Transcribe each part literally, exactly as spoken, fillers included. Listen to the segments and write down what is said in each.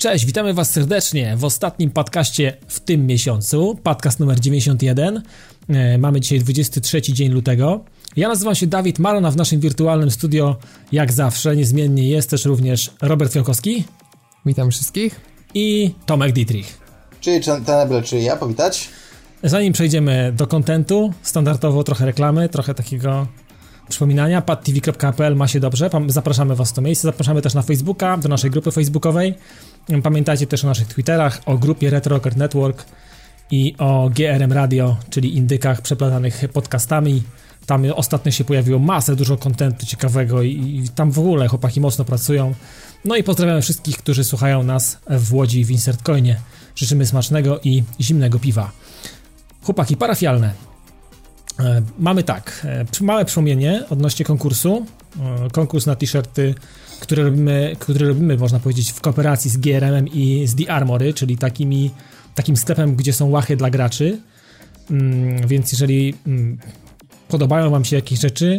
Cześć, witamy Was serdecznie w ostatnim podcaście w tym miesiącu, podcast numer dziewięćdziesiąt jeden. Mamy dzisiaj dwudziesty trzeci dzień lutego. Ja nazywam się Dawid Maron, a w naszym wirtualnym studio, jak zawsze, niezmiennie jest też również Robert Fiałkowski. Witam wszystkich. I Tomek Dietrich. Czyli Tenable, czyli ja, powitać. Zanim przejdziemy do kontentu, standardowo trochę reklamy, trochę takiego przypominania. pad t v kropka p l ma się dobrze, zapraszamy Was w to miejsce, zapraszamy też na Facebooka, do naszej grupy facebookowej. Pamiętajcie też o naszych Twitterach, o grupie Retro Rocker Network i o G R M Radio, czyli indykach przeplatanych podcastami. Tam ostatnio się pojawiło masę, dużo kontentu ciekawego i, i tam w ogóle chłopaki mocno pracują. No i pozdrawiamy wszystkich, którzy słuchają nas w Łodzi w Insert Coinie. Życzymy smacznego i zimnego piwa. Chłopaki, parafialne. E, mamy tak, e, małe przypomnienie odnośnie konkursu. E, konkurs na t-shirty, który robimy, który robimy, można powiedzieć, w kooperacji z G R M-em i z The Armory, czyli takimi, takim sklepem, gdzie są łachy dla graczy. Mm, więc jeżeli mm, podobają Wam się jakieś rzeczy,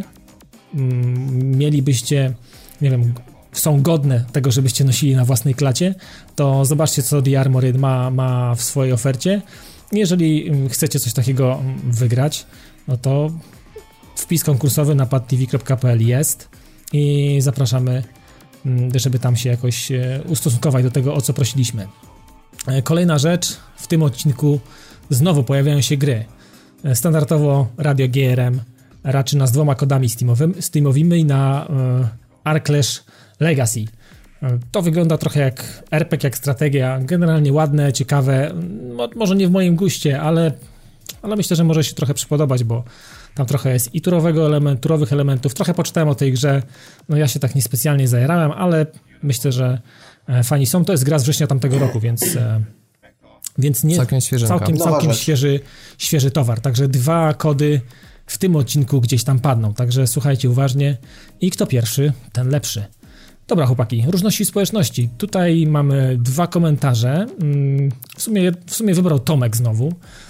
mm, mielibyście, nie wiem, są godne tego, żebyście nosili na własnej klacie, to zobaczcie, co The Armory ma, ma w swojej ofercie. Jeżeli chcecie coś takiego wygrać, no to wpis konkursowy na pad t v kropka p l jest i zapraszamy, żeby tam się jakoś ustosunkować do tego, o co prosiliśmy. Kolejna rzecz, w tym odcinku znowu pojawiają się gry. Standardowo Radio G R M raczy nas dwoma kodami Steamowym, Steamowymi na Ark Clash Legacy. To wygląda trochę jak er pe gie, jak strategia, generalnie ładne, ciekawe, no, może nie w moim guście, ale, ale myślę, że może się trochę przypodobać, bo tam trochę jest i turowego elementu, turowych elementów, trochę poczytałem o tej grze, no ja się tak niespecjalnie zajarałem, ale myślę, że fani są, to jest gra z września tamtego roku, więc, więc nie, całkiem, całkiem, całkiem świeży, świeży towar, także dwa kody w tym odcinku gdzieś tam padną, także słuchajcie uważnie i kto pierwszy, ten lepszy. Dobra chłopaki, różności społeczności. Tutaj mamy dwa komentarze. W sumie, w sumie wybrał Tomek znowu.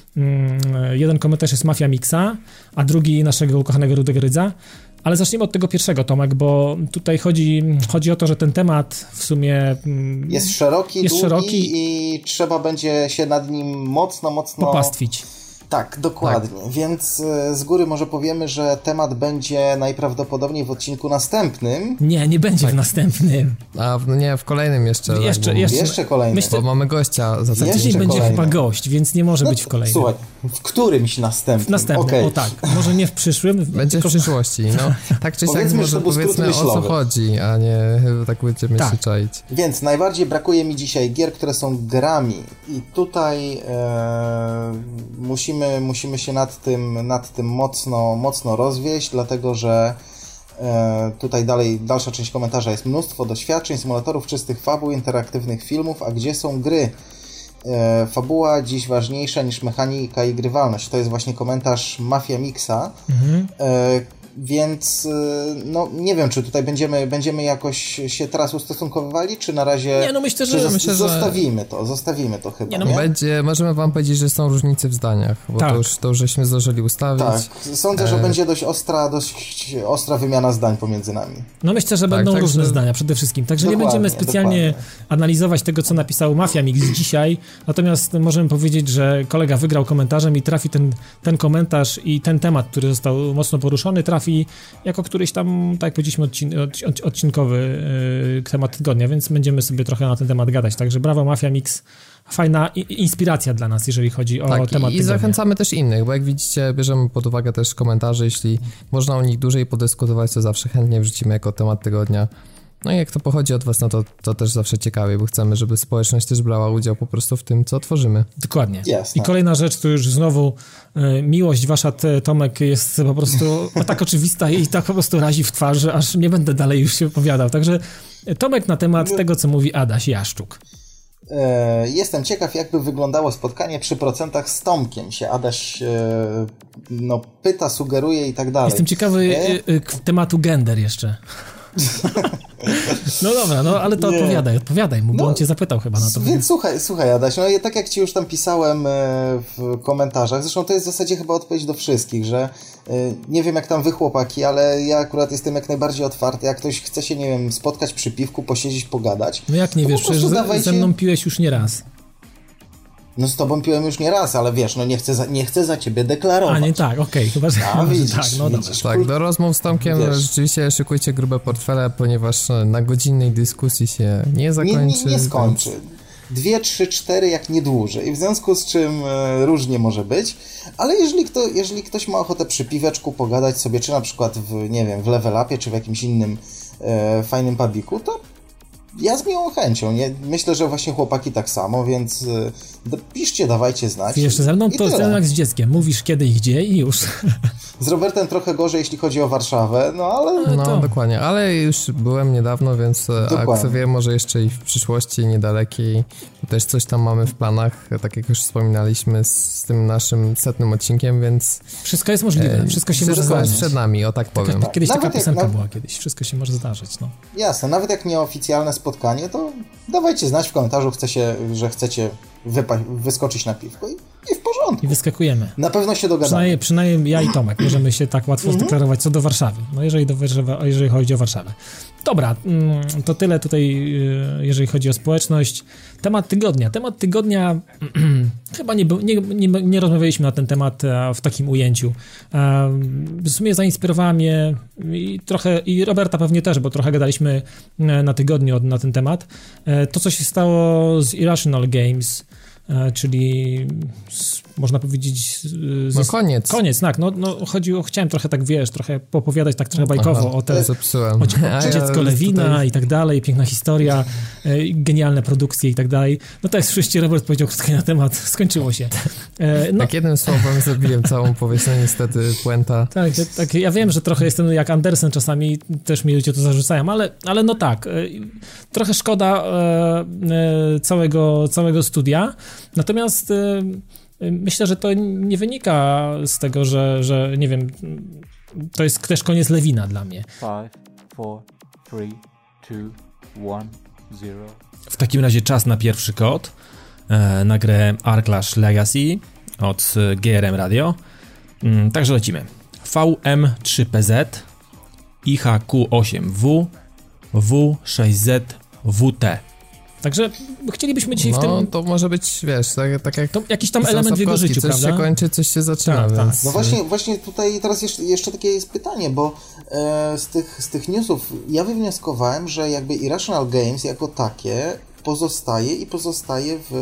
Jeden komentarz jest Mafia Mixa, a drugi naszego ukochanego Rudego Rydza. Ale zacznijmy od tego pierwszego, Tomek, bo tutaj chodzi, chodzi o to, że ten temat w sumie jest szeroki, jest długi szeroki i trzeba będzie się nad nim mocno, mocno popastwić. Tak, dokładnie. Tak. Więc z góry może powiemy, że temat będzie najprawdopodobniej w odcinku następnym. Nie, nie będzie tak. w następnym. A w, nie, w kolejnym jeszcze. Jeszcze, tak, jeszcze, jeszcze kolejnym. Myślę, bo mamy gościa. Za tydzień będzie kolejny. Chyba gość, więc nie może no, być w kolejnym. Słuchaj, w którymś następnym. W następnym, okay. O tak. Może nie w przyszłym. Będzie tylko w przyszłości. No, tak czy siak może powiedzmy o co chodzi, a nie tak będziemy tak. się czaić. Więc najbardziej brakuje mi dzisiaj gier, które są grami. I tutaj e, musimy Musimy, musimy się nad tym, nad tym mocno, mocno rozwieść, dlatego że e, tutaj dalej, dalsza część komentarza jest mnóstwo doświadczeń, symulatorów, czystych fabuł, interaktywnych filmów, a gdzie są gry? E, fabuła dziś ważniejsza niż mechanika i grywalność. To jest właśnie komentarz Mafia Mixa. Mhm. E, Więc no nie wiem, czy tutaj będziemy, będziemy jakoś się teraz ustosunkowywali, czy na razie nie, no myślę, że, zos- myślę, zostawimy że... to, zostawimy to chyba. Nie, no, nie? Będzie, możemy wam powiedzieć, że są różnice w zdaniach, bo tak. to, już, to już żeśmy zdążyli ustawić. Tak, sądzę, że e... będzie dość ostra, dość ostra wymiana zdań pomiędzy nami. No myślę, że tak, będą tak, różne że... zdania przede wszystkim, także dokładnie, nie będziemy specjalnie dokładnie. analizować tego, co napisał Mafia Mix dzisiaj, natomiast możemy powiedzieć, że kolega wygrał komentarzem i trafi ten, ten komentarz i ten temat, który został mocno poruszony, trafi jako któryś tam, tak jak powiedzieliśmy, odcin- odc- odcinkowy yy, temat tygodnia, więc będziemy sobie trochę na ten temat gadać. Także brawo Mafia Mix, fajna i- inspiracja dla nas, jeżeli chodzi o tak, temat i, i tygodnia. zachęcamy też innych, bo jak widzicie, bierzemy pod uwagę też komentarze, jeśli można o nich dłużej podyskutować, to zawsze chętnie wrzucimy jako temat tygodnia. No i jak to pochodzi od was, no to, to też zawsze ciekawie, bo chcemy, żeby społeczność też brała udział po prostu w tym, co tworzymy. Dokładnie. Jasne. I kolejna rzecz, to już znowu y, miłość wasza, te, Tomek, jest po prostu tak oczywista i tak po prostu razi w twarzy, aż nie będę dalej już się opowiadał. Także Tomek na temat tego, co mówi Adaś Jaszczuk. E, jestem ciekaw, jakby wyglądało spotkanie przy procentach z Tomkiem, się Adaś e, no, pyta, sugeruje i tak dalej. Jestem ciekawy e... tematu gender jeszcze. No dobra, no ale to nie. odpowiadaj, odpowiadaj mu, bo no, on cię zapytał chyba na to. Więc więc... słuchaj, słuchaj Adaś, no tak jak ci już tam pisałem w komentarzach, zresztą to jest w zasadzie chyba odpowiedź do wszystkich, że nie wiem jak tam wy chłopaki, ale ja akurat jestem jak najbardziej otwarty, jak ktoś chce się, nie wiem, spotkać przy piwku, posiedzieć, pogadać. No jak nie wiesz, przecież dawajcie... ze mną piłeś już nie raz. No z tobą piłem już nie raz, ale wiesz, no nie chcę za, nie chcę za ciebie deklarować. A nie tak, okej, okay, chyba że A, widzisz, tak, no widzisz, tak, do rozmów z Tomkiem wiesz. Rzeczywiście szykujcie grube portfele, ponieważ na godzinnej dyskusji się nie zakończy. Nie, nie, nie skończy. Więc... Dwie, trzy, cztery jak nie dłużej. I w związku z czym e, różnie może być, ale jeżeli, kto, jeżeli ktoś ma ochotę przy piweczku pogadać sobie, czy na przykład w, nie wiem, w Level Upie, czy w jakimś innym e, fajnym pubiku, to ja z miłą chęcią. Nie? Myślę, że właśnie chłopaki tak samo, więc y, piszcie, dawajcie znać. I jeszcze ze mną to jak z dzieckiem. Mówisz kiedy i gdzie i już. Z Robertem trochę gorzej, jeśli chodzi o Warszawę, no ale... No to... dokładnie, ale już byłem niedawno, więc dokładnie. A kto wie, może jeszcze i w przyszłości niedalekiej też coś tam mamy w planach, tak jak już wspominaliśmy z, z tym naszym setnym odcinkiem, więc... Wszystko jest możliwe, e, wszystko się wszystko może zdarzyć. jest przed nami, o tak powiem. Tak, kiedyś nawet taka piosenka jak, była, kiedyś wszystko się może zdarzyć, no. Jasne, nawet jak nieoficjalne spotkanie, to dawajcie znać w komentarzu, chce się, że chcecie wypa- wyskoczyć na piwko i, i w porządku. I wyskakujemy. Na pewno się dogadamy. Przynajmniej, przynajmniej ja i Tomek możemy się tak łatwo mm-hmm. zdeklarować co do Warszawy, no jeżeli, do Warszawy, jeżeli chodzi o Warszawę. Dobra, to tyle tutaj, jeżeli chodzi o społeczność. Temat tygodnia. Temat tygodnia chyba nie, nie, nie, nie rozmawialiśmy na ten temat w takim ujęciu. W sumie zainspirowała mnie i trochę, i Roberta pewnie też, bo trochę gadaliśmy na tygodniu na ten temat. To, co się stało z Irrational Games, czyli z, można powiedzieć... Z, no koniec. Koniec, tak. No, no chodziło, chciałem trochę tak, wiesz, trochę opowiadać tak trochę bajkowo Aha, o te... Zepsułem. O dziecko ja Lewina tutaj... i tak dalej, piękna historia, e, genialne produkcje i tak dalej. No tak, wszyscy Robert powiedział krótko na temat, skończyło się. E, no. Tak jednym słowem zabiłem całą powieść, no niestety puenta. Tak, tak, ja wiem, że trochę jestem jak Andersen czasami, też mi ludzie to zarzucają, ale, ale no tak, e, trochę szkoda e, e, całego, całego studia. Natomiast y, myślę, że to nie wynika z tego, że, że nie wiem, to jest też koniec Lewina dla mnie. five, four, three, two, one, zero. W takim razie czas na pierwszy kod e, na grę Arklash Legacy od G R M Radio. Mm, także lecimy. V M trzy P Z I H Q osiem W W sześć Z W T. Także chcielibyśmy dzisiaj no, w tym... No to może być, wiesz, tak, tak jak... To jakiś tam element w jego życiu, coś prawda? Coś się kończy, coś się zaczyna, tak, więc... Tak. No właśnie, właśnie tutaj teraz jeszcze, jeszcze takie jest pytanie, bo e, z, tych, z tych newsów ja wywnioskowałem, że jakby Irrational Games jako takie pozostaje i pozostaje w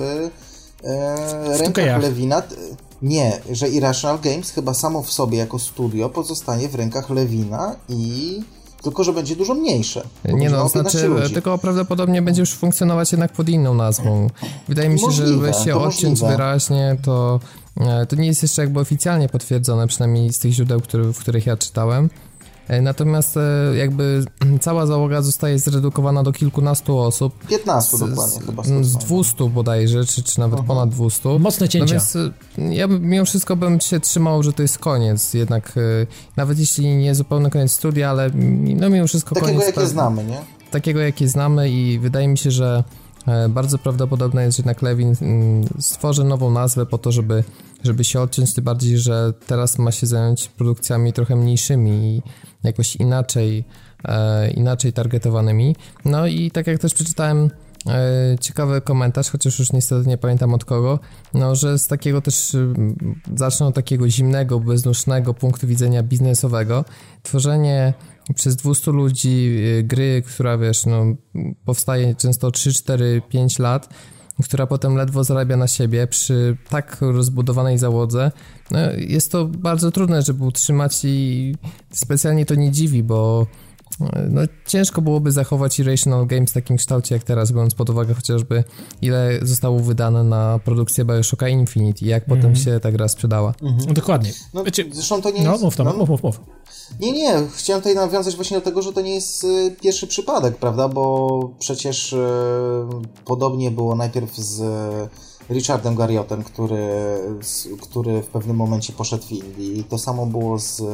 e, rękach Lewina. Nie, że Irrational Games chyba samo w sobie jako studio pozostanie w rękach Lewina i... Tylko, że będzie dużo mniejsze. Nie no, znaczy, ludzi. Tylko prawdopodobnie będzie już funkcjonować jednak pod inną nazwą. Wydaje mi się, możliwe, że żeby się odciąć wyraźnie, to, to nie jest jeszcze jakby oficjalnie potwierdzone, przynajmniej z tych źródeł, który, w których ja czytałem. Natomiast jakby cała załoga zostaje zredukowana do kilkunastu osób. piętnastu dokładnie chyba. Z dwustu bodajże, czy, czy nawet uh-huh. ponad dwustu. Mocne cięcia. No więc ja mimo wszystko bym się trzymał, że to jest koniec. Jednak nawet jeśli nie zupełny koniec studia, ale no mimo wszystko takiego, koniec. Takiego jakie znamy, nie? Takiego jakie znamy i wydaje mi się, że bardzo prawdopodobne jest, że jednak Lewin stworzy nową nazwę po to, żeby, żeby się odciąć, tym bardziej, że teraz ma się zająć produkcjami trochę mniejszymi i jakoś inaczej, e, inaczej targetowanymi. No i tak jak też przeczytałem e, ciekawy komentarz, chociaż już niestety nie pamiętam od kogo, no że z takiego też, zacznę od takiego zimnego, bezdusznego punktu widzenia biznesowego, tworzenie przez dwieście ludzi gry, która wiesz, no powstaje często trzy, cztery, pięć lat, która potem ledwo zarabia na siebie przy tak rozbudowanej załodze, no jest to bardzo trudne, żeby utrzymać i specjalnie to nie dziwi, bo no, ciężko byłoby zachować Irrational Games w takim kształcie jak teraz, biorąc pod uwagę chociażby ile zostało wydane na produkcję Bioshocka Infinite i jak mm. potem się ta gra sprzedała. Mm-hmm. No, dokładnie. No, zresztą to nie no, jest... Mów, tam, no, mów, mów, mów. Nie, nie, chciałem tutaj nawiązać właśnie do tego, że to nie jest y, pierwszy przypadek, prawda, bo przecież y, podobnie było najpierw z y, Richardem Garriotem, który, z, który w pewnym momencie poszedł w Indii. To samo było z y,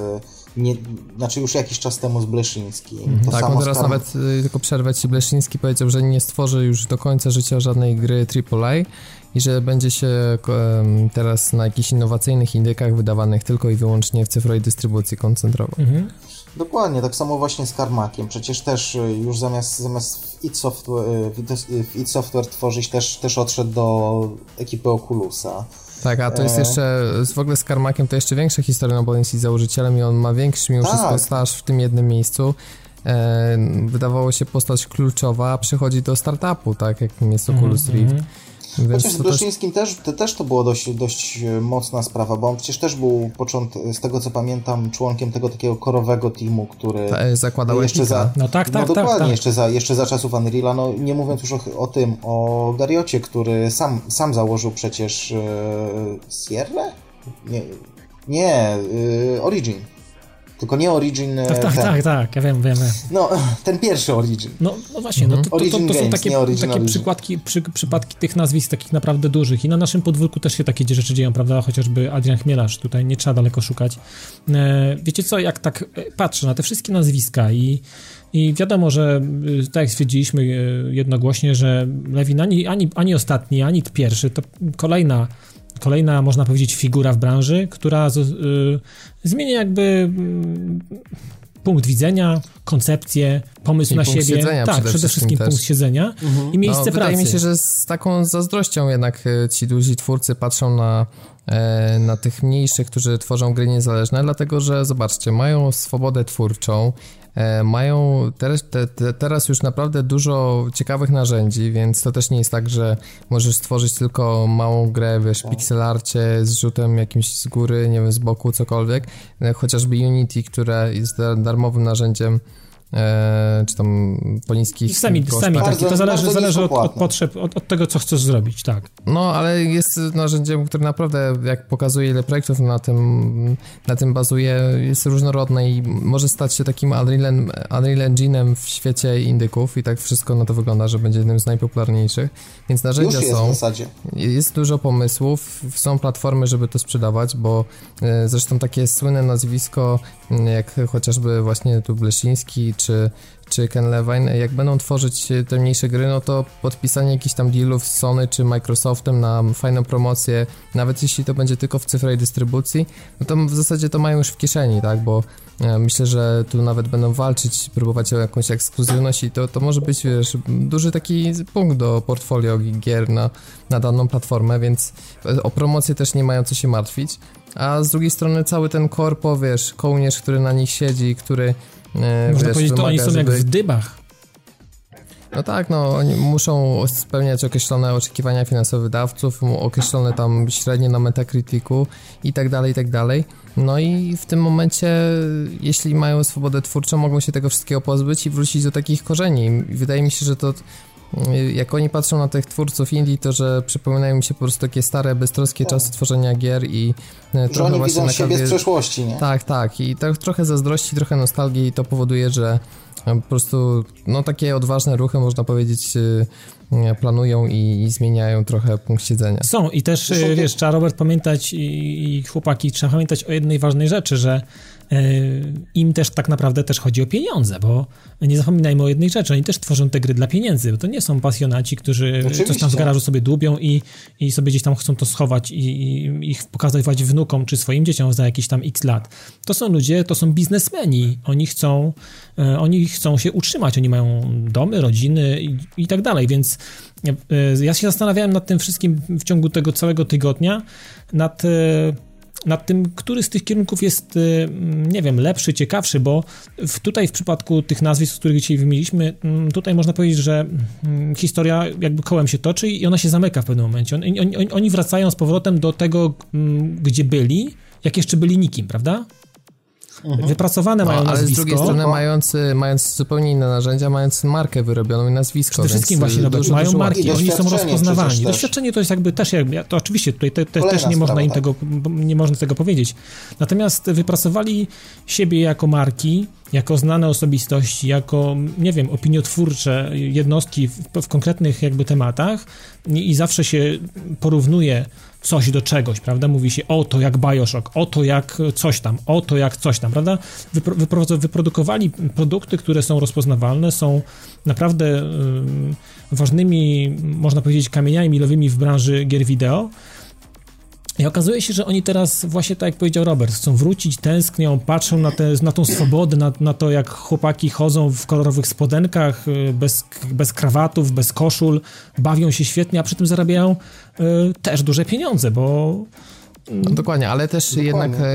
nie, znaczy już jakiś czas temu z Bleszyńskim. Mhm. To tak, samo on teraz Skar... nawet, y, tylko przerwę ci, Bleszyński powiedział, że nie stworzy już do końca życia żadnej gry triple A i że będzie się um, teraz na jakichś innowacyjnych indykach wydawanych tylko i wyłącznie w cyfrowej dystrybucji koncentrował. Mhm. Dokładnie, tak samo właśnie z Carmackiem. Przecież też już zamiast, zamiast w id Software, w id Software tworzyć, też, też odszedł do ekipy Oculusa. Tak, a to jest jeszcze, w ogóle z Carmackiem to jeszcze większa historia, no bo on jest i założycielem i on ma większy mimo tak. wszystko staż w tym jednym miejscu. E, wydawało się postać kluczowa, a przychodzi do startupu, tak, jakim jest Oculus Mm-hmm. Rift. Więc Chociaż z to Bleszyńskim też, to też to było dość, dość mocna sprawa, bo on przecież też był, począt, z tego co pamiętam, członkiem tego takiego korowego teamu, który ta, zakładał jeszcze Epica. za, No tak, tak, no dokładnie, tak, tak. Jeszcze, za, jeszcze za czasów Unreala, no nie mówiąc już o, o tym, o Gariocie, który sam, sam założył przecież e, Sierra? Nie, nie e, Origin. Tylko nie Origin. Tak, tak, ten. tak, tak, ja wiem, wiem, wiem. No, ten pierwszy Origin. No, no właśnie, no to, to, to, to, to są Games, takie, nie Origin, takie Origin. przykładki, przy, przypadki tych nazwisk takich naprawdę dużych i na naszym podwórku też się takie rzeczy dzieją, prawda, chociażby Adrian Chmielarz, tutaj nie trzeba daleko szukać. E, wiecie co, jak tak patrzę na te wszystkie nazwiska i, i wiadomo, że tak jak stwierdziliśmy jednogłośnie, że Lewin ani, ani, ani ostatni, ani pierwszy, to kolejna Kolejna, można powiedzieć, figura w branży, która z, y, zmienia jakby y, punkt widzenia, koncepcję, pomysł I na punkt siebie. siedzenia Tak, przede przede wszystkim wszystkim punkt też. siedzenia Mhm. i miejsce no, pracy. Wydaje mi się, że z taką zazdrością jednak ci duzi twórcy patrzą na, e, na tych mniejszych, którzy tworzą gry niezależne, dlatego że zobaczcie, mają swobodę twórczą, e, mają teraz, te, te, teraz już naprawdę dużo ciekawych narzędzi, więc to też nie jest tak, że możesz stworzyć tylko małą grę, wiesz, pixelarcie z rzutem jakimś z góry, nie wiem, z boku, cokolwiek. E, chociażby Unity, które jest darmowym narzędziem, E, czy tam po niskich I sami, kosztach. sami Bardzo- takie, to zależy, bardzo zależy od, od niskopłatne. potrzeb, od, od tego, co chcesz zrobić, tak. No, ale jest narzędziem, które naprawdę, jak pokazuje, ile projektów na tym, na tym bazuje, jest różnorodne i może stać się takim Unrealem, Unreal Engine'em w świecie indyków i tak wszystko na to wygląda, że będzie jednym z najpopularniejszych, więc narzędzia Już jest są. w zasadzie. Jest dużo pomysłów, są platformy, żeby to sprzedawać, bo e, zresztą takie słynne nazwisko, m, jak chociażby właśnie tu Bleszyński czy, czy Ken Levine, jak będą tworzyć te mniejsze gry, no to podpisanie jakichś tam dealów z Sony czy Microsoftem na fajną promocję, nawet jeśli to będzie tylko w cyfrowej dystrybucji, no to w zasadzie to mają już w kieszeni, tak, bo e, myślę, że tu nawet będą walczyć, próbować o jakąś ekskluzywność i to, to może być, wiesz, duży taki punkt do portfolio gier na, na daną platformę, więc o promocję też nie mają co się martwić, a z drugiej strony cały ten korpo, wiesz, kołnierz, który na nich siedzi, który e, Można wiesz, powiedzieć, to oni wymaga, są jak żeby... w dybach. No tak, no oni muszą spełniać określone oczekiwania finansowe wydawców, określone tam średnie na Metacriticu i tak dalej, i tak dalej. No i w tym momencie, jeśli mają swobodę twórczą, mogą się tego wszystkiego pozbyć i wrócić do takich korzeni. I wydaje mi się, że to jak oni patrzą na tych twórców indie, to że przypominają mi się po prostu takie stare, beztroskie czasy tworzenia gier i Że trochę oni właśnie widzą na siebie kanwie... z przeszłości, nie? Tak, tak. I tak trochę zazdrości, trochę nostalgii i to powoduje, że po prostu no takie odważne ruchy, można powiedzieć, planują i, i zmieniają trochę punkt siedzenia. Są i też, Zresztą wiesz, to- trzeba, Robert, pamiętać i, i chłopaki, trzeba pamiętać o jednej ważnej rzeczy, że y, im też tak naprawdę też chodzi o pieniądze, bo nie zapominajmy o jednej rzeczy, oni też tworzą te gry dla pieniędzy, bo to nie są pasjonaci, którzy Oczywiście. coś tam w garażu sobie dłubią i, i sobie gdzieś tam chcą to schować i, i ich pokazywać wnukom czy swoim dzieciom za jakieś tam x lat. To są ludzie, to są biznesmeni, oni chcą, y, oni chcą się utrzymać, oni mają domy, rodziny i, i tak dalej, więc ja się zastanawiałem nad tym wszystkim w ciągu tego całego tygodnia, nad, nad tym, który z tych kierunków jest, nie wiem, lepszy, ciekawszy, bo w, tutaj w przypadku tych nazwisk, których dzisiaj wymieniliśmy, tutaj można powiedzieć, że historia jakby kołem się toczy i ona się zamyka w pewnym momencie. Oni, oni, oni wracają z powrotem do tego, gdzie byli, jak jeszcze byli nikim, prawda? Mhm. Wypracowane No, mają ale nazwisko. z drugiej strony mając, mając zupełnie inne narzędzia, mając markę wyrobioną i nazwisko. Przede wszystkim więc właśnie, Robert, dużo, mają dużo marki, I oni są doświadczenie rozpoznawani. przecież też. Doświadczenie to jest jakby też, jakby, to oczywiście tutaj te, te, Kolejna też nie można sprawa, im tak. tego, nie można tego powiedzieć. Natomiast wypracowali siebie jako marki jako znane osobistości, jako, nie wiem, opiniotwórcze jednostki w, w konkretnych jakby tematach i, i zawsze się porównuje coś do czegoś, prawda? Mówi się o to jak Bioshock, o to jak coś tam, o to jak coś tam, prawda? Wypro, wypro, wyprodukowali produkty, które są rozpoznawalne, są naprawdę y, ważnymi, można powiedzieć, kamieniami milowymi w branży gier wideo. I okazuje się, że oni teraz, właśnie tak jak powiedział Robert, chcą wrócić, tęsknią, patrzą na, te, na tą swobodę, na, na to, jak chłopaki chodzą w kolorowych spodenkach, bez, bez krawatów, bez koszul, bawią się świetnie, a przy tym zarabiają y, też duże pieniądze, bo... No, dokładnie, ale też dokładnie. jednak e,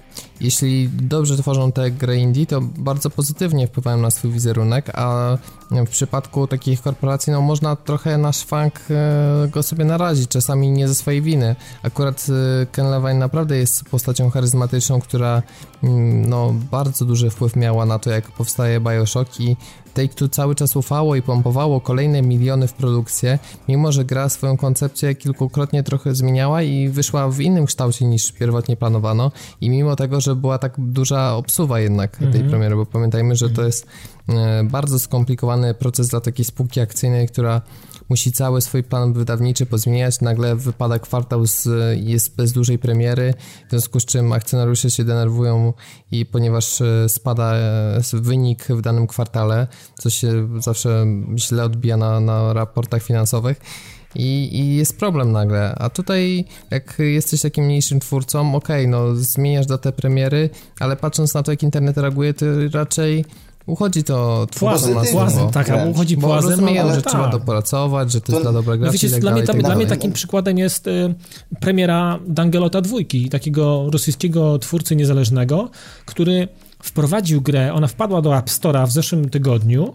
jeśli dobrze tworzą te gry indie, to bardzo pozytywnie wpływają na swój wizerunek, a w przypadku takich korporacji, no można trochę na szwank e, go sobie narazić, czasami nie ze swojej winy. Akurat e, Ken Levine naprawdę jest postacią charyzmatyczną, która mm, no bardzo duży wpływ miała na to, jak powstaje Bioshock i Take-Two cały czas ufało i pompowało kolejne miliony w produkcję, mimo że gra swoją koncepcję kilkukrotnie trochę zmieniała i wyszła w innym kształcie niż pierwotnie planowano i mimo tego, że była tak duża obsuwa jednak tej mm-hmm. premiery, bo pamiętajmy, że to jest e, bardzo skomplikowany proces dla takiej spółki akcyjnej, która musi cały swój plan wydawniczy pozmieniać, nagle wypada kwartał, z, jest bez dużej premiery, w związku z czym akcjonariusze się denerwują i ponieważ spada wynik w danym kwartale, co się zawsze źle odbija na, na raportach finansowych, I, i jest problem nagle, a tutaj jak jesteś takim mniejszym twórcą, okej, okay, no zmieniasz datę premiery, ale patrząc na to, jak internet reaguje, to raczej uchodzi to płazem, płazem, tak, a uchodzi bo płazem, rozumiem, ale że tak. trzeba dopracować, że to jest dla dobra graczy. No wiecie, i tak dla, dalej, mnie, tak dla mnie dalej. takim przykładem jest y, premiera Dangelota dwójki, takiego rosyjskiego twórcy niezależnego, który wprowadził grę, ona wpadła do App Store'a w zeszłym tygodniu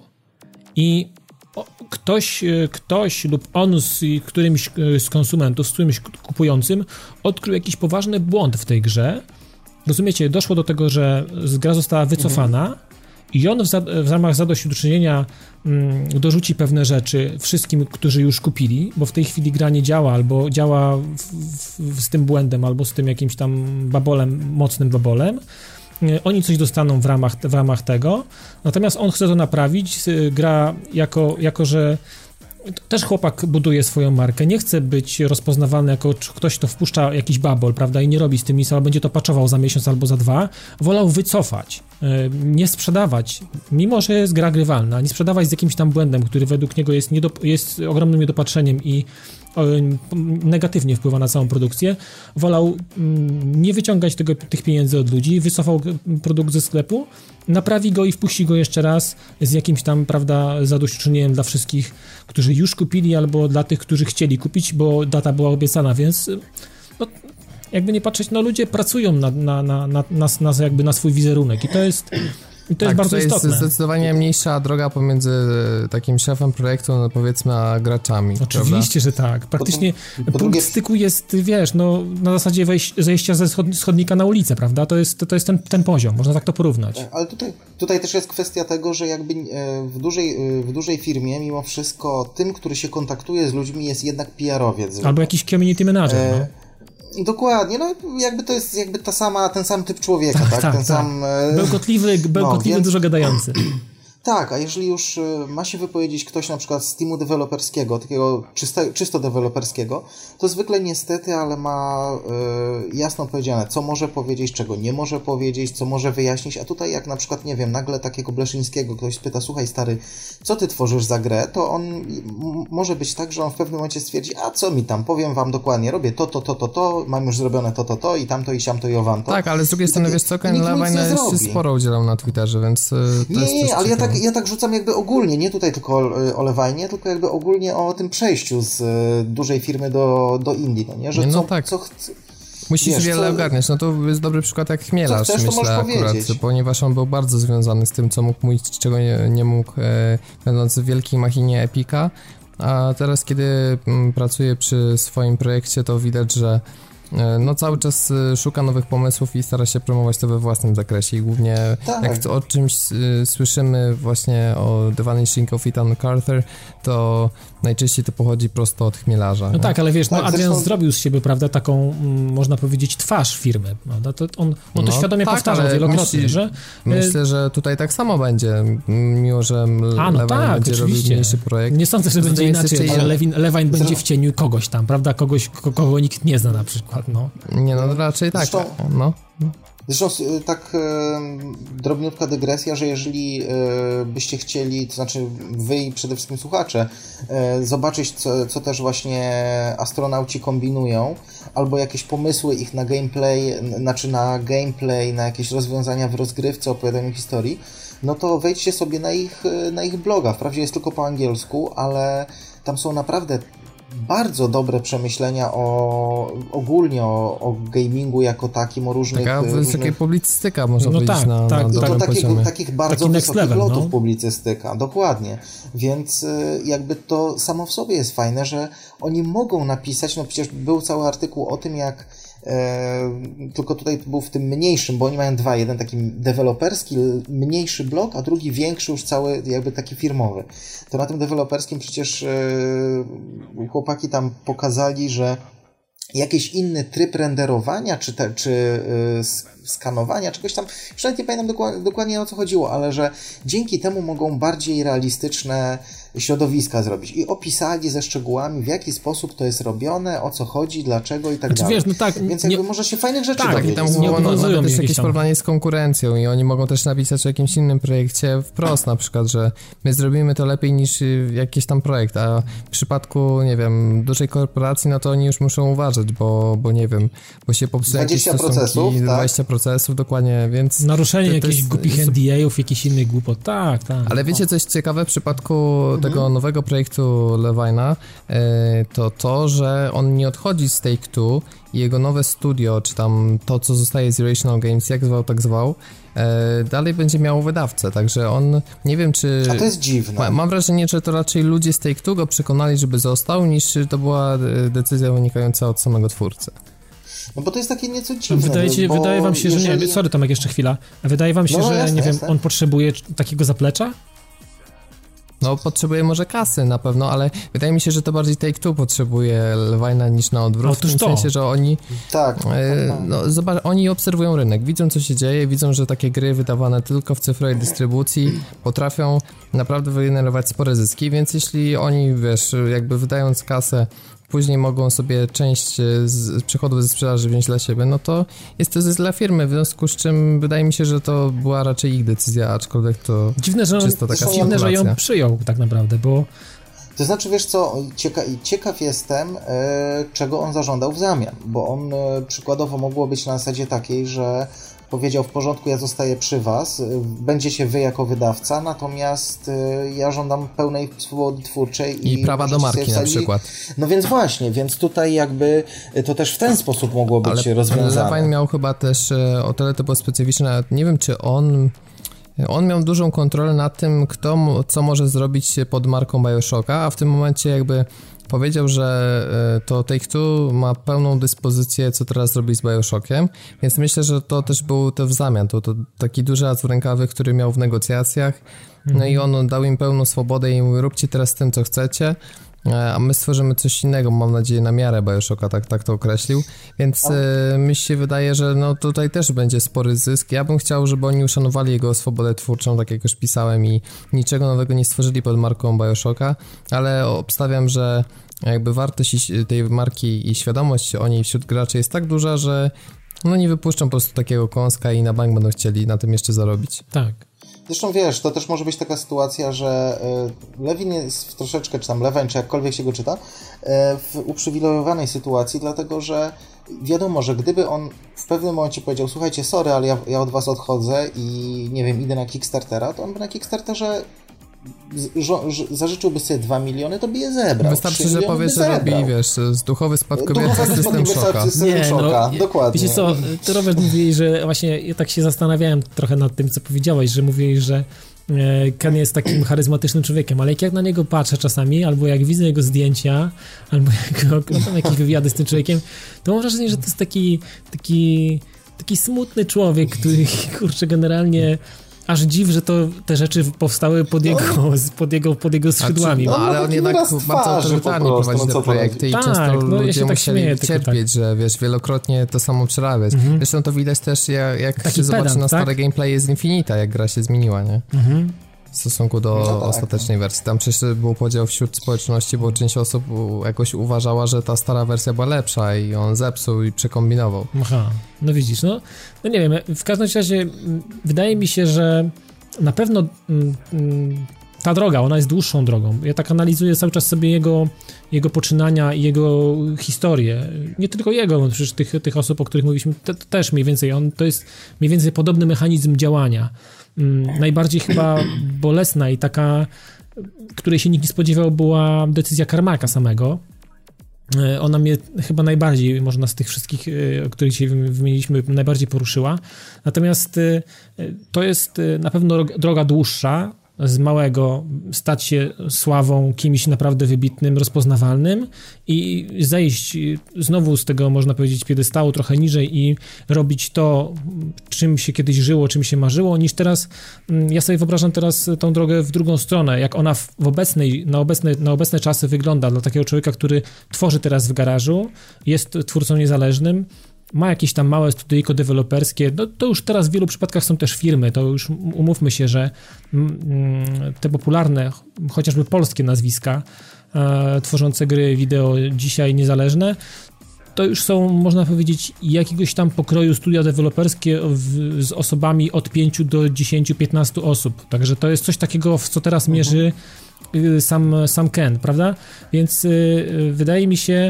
i o, ktoś, ktoś lub on z którymś z konsumentów, z którymś kupującym odkrył jakiś poważny błąd w tej grze. Rozumiecie, doszło do tego, że gra została wycofana mhm. i on w, za, w ramach zadośćuczynienia mm, dorzuci pewne rzeczy wszystkim, którzy już kupili, bo w tej chwili gra nie działa, albo działa w, w, z tym błędem, albo z tym jakimś tam babolem, mocnym babolem. Oni coś dostaną w ramach, w ramach tego, natomiast on chce to naprawić, gra jako, jako że też chłopak buduje swoją markę, nie chce być rozpoznawany jako ktoś, kto wpuszcza jakiś babol, prawda, i nie robi z tym nic, ale będzie to patchował za miesiąc albo za dwa, wolał wycofać, nie sprzedawać, mimo że jest gra grywalna, nie sprzedawać z jakimś tam błędem, który według niego jest, niedop- jest ogromnym niedopatrzeniem i negatywnie wpływa na całą produkcję, wolał nie wyciągać tego, tych pieniędzy od ludzi, wycofał produkt ze sklepu, naprawi go i wpuści go jeszcze raz z jakimś tam, prawda, zadośćuczynieniem dla wszystkich, którzy już kupili, albo dla tych, którzy chcieli kupić, bo data była obiecana, więc no, jakby nie patrzeć, no ludzie pracują na, na, na, na, na, na, jakby na swój wizerunek i to jest I to tak, jest bardzo to jest istotne. Zdecydowanie mniejsza droga pomiędzy takim szefem projektu, no powiedzmy, a graczami. Oczywiście, prawda? że tak. Praktycznie po, po punkt drugie... styku jest, wiesz, no na zasadzie wejś, zejścia ze schod, schodnika na ulicę, prawda? To jest, to, to jest ten, ten poziom, można tak to porównać. Ale tutaj, tutaj też jest kwestia tego, że jakby w dużej, w dużej firmie mimo wszystko tym, który się kontaktuje z ludźmi, jest jednak P R-owiec. Albo jakiś community manager, e... no. Dokładnie, no jakby to jest jakby ta sama, ten sam typ człowieka, tak? tak, tak ten tak. sam... Bełkotliwy, bełkotliwy no, więc... dużo gadający. Tak, a jeżeli już ma się wypowiedzieć ktoś na przykład z teamu deweloperskiego, takiego czysto, czysto deweloperskiego, to zwykle niestety, ale ma y, jasno powiedziane, co może powiedzieć, czego nie może powiedzieć, co może wyjaśnić, a tutaj jak na przykład, nie wiem, nagle takiego Bleszyńskiego ktoś spyta, słuchaj stary, co ty tworzysz za grę, to on m- może być tak, że on w pewnym momencie stwierdzi, a co mi tam, powiem wam dokładnie, robię to, to, to, to, to, mam już zrobione to, to, to i tamto, i siamto, i owanto. Tak, ale z drugiej strony, wiesz co, Ken Levine jeszcze sporo udzielał na Twitterze, więc to nie, jest nie, ale ja tak, ciekawe. ja tak rzucam jakby ogólnie, nie tutaj tylko o, o Levine, tylko jakby ogólnie o tym przejściu z y, dużej firmy do, do indie, no nie? Że no co, tak. co chce... Musisz wiesz, wiele co... ogarniać, no to jest dobry przykład jak Chmielarz, chcesz, myślę akurat, powiedzieć. ponieważ on był bardzo związany z tym, co mógł mówić, czego nie, nie mógł, e, będąc w wielkiej machinie Epika, a teraz kiedy m, pracuje przy swoim projekcie, to widać, że no cały czas szuka nowych pomysłów i stara się promować to we własnym zakresie i głównie tak. jak o czymś słyszymy właśnie o The Vanishing of Ethan Carter, to najczęściej to pochodzi prosto od chmielarza. No nie? tak, ale wiesz, no tak, Adrian zresztą... zrobił z siebie, prawda, taką, m, można powiedzieć, twarz firmy, prawda? To on, on to no, świadomie tak, powtarzał wielokrotnie, myśli, że... Myślę, że tutaj tak samo będzie, mimo że A, no Levine tak, będzie robił oczywiście. mniejszy projekt. Nie sądzę, że To będzie jest inaczej, jeszcze- że Levin, Levine będzie w cieniu kogoś tam, prawda? Kogoś, ko- kogo nikt nie zna na przykład, no. Nie, no raczej tak. Zresztą- No. Zresztą y, tak y, drobniutka dygresja, że jeżeli y, byście chcieli, to znaczy wy i przede wszystkim słuchacze, y, zobaczyć co, co też właśnie astronauci kombinują, albo jakieś pomysły ich na gameplay, n- znaczy na gameplay, na jakieś rozwiązania w rozgrywce, opowiadaniu historii, no to wejdźcie sobie na ich, y, na ich bloga. Wprawdzie jest tylko po angielsku, ale tam są naprawdę bardzo dobre przemyślenia o ogólnie o, o gamingu jako takim, o różnych... Taka różnych... wysoka publicystyka, można No powiedzieć, tak, na, tak, na I to dobrym takiego, poziomie. takich bardzo Taki next wysokich level, lotów no. publicystyka, dokładnie. Więc y, jakby to samo w sobie jest fajne, że oni mogą napisać, no przecież był cały artykuł o tym, jak e, tylko tutaj to był w tym mniejszym, bo oni mają dwa, jeden taki deweloperski, mniejszy blog, a drugi większy, już cały jakby taki firmowy. To na tym deweloperskim przecież e, chłopaki tam pokazali, że jakiś inny tryb renderowania, czy, te, czy y, skanowania, czegoś tam, już nawet nie pamiętam dokładnie, dokładnie o co chodziło, ale że dzięki temu mogą bardziej realistyczne środowiska zrobić. I opisali ze szczegółami, w jaki sposób to jest robione, o co chodzi, dlaczego i tak Znaczy, dalej. wiesz, no tak, Więc nie- jakby można się fajnych rzeczy tak, dowiedzieć. I tam nie było obowiązują nawet też jakieś jakieś tam- porównanie z konkurencją i oni mogą też napisać o jakimś innym projekcie wprost, na przykład, że my zrobimy to lepiej niż y, jakiś tam projekt, a w przypadku, nie wiem, dużej korporacji, no to oni już muszą uważać, bo, bo nie wiem, bo się popsują jakieś dwadzieścia stosunki, procesów, tak? dwadzieścia procesów, dokładnie, więc... Naruszenie to- to jakichś jest- głupich N D A-ów, jakichś innych głupot, tak, tak. Ale wiecie coś ciekawe w przypadku tego nowego projektu Levine'a, e, to to, że on nie odchodzi z Take-Two i jego nowe studio, czy tam to, co zostaje z Irrational Games, jak zwał, tak zwał, e, dalej będzie miało wydawcę, także on, nie wiem czy... A to jest dziwne. Ma, mam wrażenie, że to raczej ludzie z Take-Two go przekonali, żeby został, niż to była e, decyzja wynikająca od samego twórcy. No bo to jest takie nieco dziwne. Wydaje, ci, bo wydaje wam się, że jeżeli... nie, sorry Tomek, jeszcze chwila. Wydaje wam się, No, że jasne, nie wiem, jasne. on potrzebuje takiego zaplecza? No, potrzebuje może kasy na pewno, ale wydaje mi się, że to bardziej Take-Two potrzebuje Levine'a niż na odwrót, Otóż w tym to. sensie, że oni Tak. E, no, zobacz, oni obserwują rynek, widzą co się dzieje, widzą, że takie gry wydawane tylko w cyfrowej dystrybucji potrafią naprawdę wygenerować spore zyski, więc jeśli oni, wiesz, jakby wydając kasę, później mogą sobie część z przychodów ze sprzedaży wziąć dla siebie, no to jest to zysk dla firmy, w związku z czym wydaje mi się, że to była raczej ich decyzja, aczkolwiek to Dziwne, że on, czysto taka dziwne, że ją spekulacja. przyjął tak naprawdę, bo To znaczy, wiesz co, cieka ciekaw jestem, e, czego on zażądał w zamian, bo on e, przykładowo mogło być na zasadzie takiej, że powiedział: w porządku, ja zostaję przy was, e, będziecie wy jako wydawca, natomiast e, ja żądam pełnej swobody twórczej. I I prawa do możecie marki sobie na wsadzić- przykład. No więc właśnie, więc tutaj jakby e, to też w ten sposób mogło być Ale rozwiązane. Levine miał chyba też, e, o tyle to było specyficzne, nawet nie wiem czy on, on miał dużą kontrolę nad tym, kto, m- co może zrobić pod marką Bioshocka, a w tym momencie jakby powiedział, że e, to Take-Two ma pełną dyspozycję, co teraz zrobić z Bioshockiem, więc myślę, że to też był to w zamian, to, to taki duży as w rękawy, który miał w negocjacjach, no i on dał im pełną swobodę i mówi: róbcie teraz z tym, co chcecie, a my stworzymy coś innego, mam nadzieję, na miarę Bioshocka, tak, tak to określił, więc e, mi się wydaje, że no tutaj też będzie spory zysk. Ja bym chciał, żeby oni uszanowali jego swobodę twórczą, tak jak już pisałem, i niczego nowego nie stworzyli pod marką Bioshocka, ale obstawiam, że jakby wartość tej marki i świadomość o niej wśród graczy jest tak duża, że no nie wypuszczą po prostu takiego kąska i na bank będą chcieli na tym jeszcze zarobić. tak. Zresztą wiesz, to też może być taka sytuacja, że y, Levin jest w troszeczkę, czy tam Levine, czy jakkolwiek się go czyta, y, w uprzywilejowanej sytuacji, dlatego że wiadomo, że gdyby on w pewnym momencie powiedział: słuchajcie, sorry, ale ja, ja od was odchodzę i nie wiem, idę na Kickstartera, to on by na Kickstarterze z, żo, ż, zażyczyłby sobie dwa miliony, to by je zebrał. Wystarczy, trzy że miliony powie, by że zebrał. robi, wiesz, z duchowy spadkobierca Duchowy system spadkobierca szoka. system szoka, je- dokładnie. Wiecie co, ty Robert mówiłeś, że właśnie ja tak się zastanawiałem trochę nad tym, co powiedziałeś, że mówiłeś, że Ken jest takim charyzmatycznym człowiekiem, ale jak ja na niego patrzę czasami, albo jak widzę jego zdjęcia, albo jak oglądam jakieś wywiady z tym człowiekiem, to mam wrażenie, że to jest taki taki, taki smutny człowiek, który, kurczę, generalnie aż dziw, że to te rzeczy powstały pod jego, no, pod jego, pod jego skrzydłami. No, ale on jednak bardzo autorytarnie prowadzi te projekty i tak, często no, ludzie ja się tak musieli śmieję, cierpieć, tak. że wiesz, wielokrotnie to samo przerabiać. Mhm. Zresztą to widać też, jak, jak Taki się zobaczy pedant, na stare tak? gameplaye z Infinita, jak gra się zmieniła, nie? Mhm. W stosunku do no tak, ostatecznej wersji. Tam przecież był podział wśród społeczności, bo część osób jakoś uważała, że ta stara wersja była lepsza i on zepsuł i przekombinował. Aha, no widzisz, no, no nie wiem, w każdym razie wydaje mi się, że na pewno mm, ta droga, ona jest dłuższą drogą. Ja tak analizuję cały czas sobie jego, jego poczynania i jego historię. Nie tylko jego, bo przecież tych, tych osób, o których mówiliśmy, te, też mniej więcej, on to jest mniej więcej podobny mechanizm działania. Mm, najbardziej chyba bolesna i taka, której się nikt nie spodziewał, była decyzja Carmacka samego. Ona mnie chyba najbardziej, można z tych wszystkich, o których dzisiaj wymieniliśmy, najbardziej poruszyła. Natomiast to jest na pewno droga dłuższa, z małego stać się sławą, kimś naprawdę wybitnym, rozpoznawalnym i zejść znowu z tego, można powiedzieć, piedestału trochę niżej i robić to, czym się kiedyś żyło, czym się marzyło, niż teraz. Ja sobie wyobrażam teraz tą drogę w drugą stronę, jak ona w obecnej, na obecne, na obecne czasy wygląda dla takiego człowieka, który tworzy teraz w garażu, jest twórcą niezależnym, ma jakieś tam małe studyjko deweloperskie, no to już teraz w wielu przypadkach są też firmy, to już umówmy się, że mm, te popularne, chociażby polskie nazwiska e, tworzące gry wideo dzisiaj niezależne, to już są, można powiedzieć, jakiegoś tam pokroju studia deweloperskie w, z osobami od pięciu do dziesięciu, piętnastu osób, także to jest coś takiego, w co teraz mierzy y, sam, sam Ken, prawda? Więc y, wydaje mi się,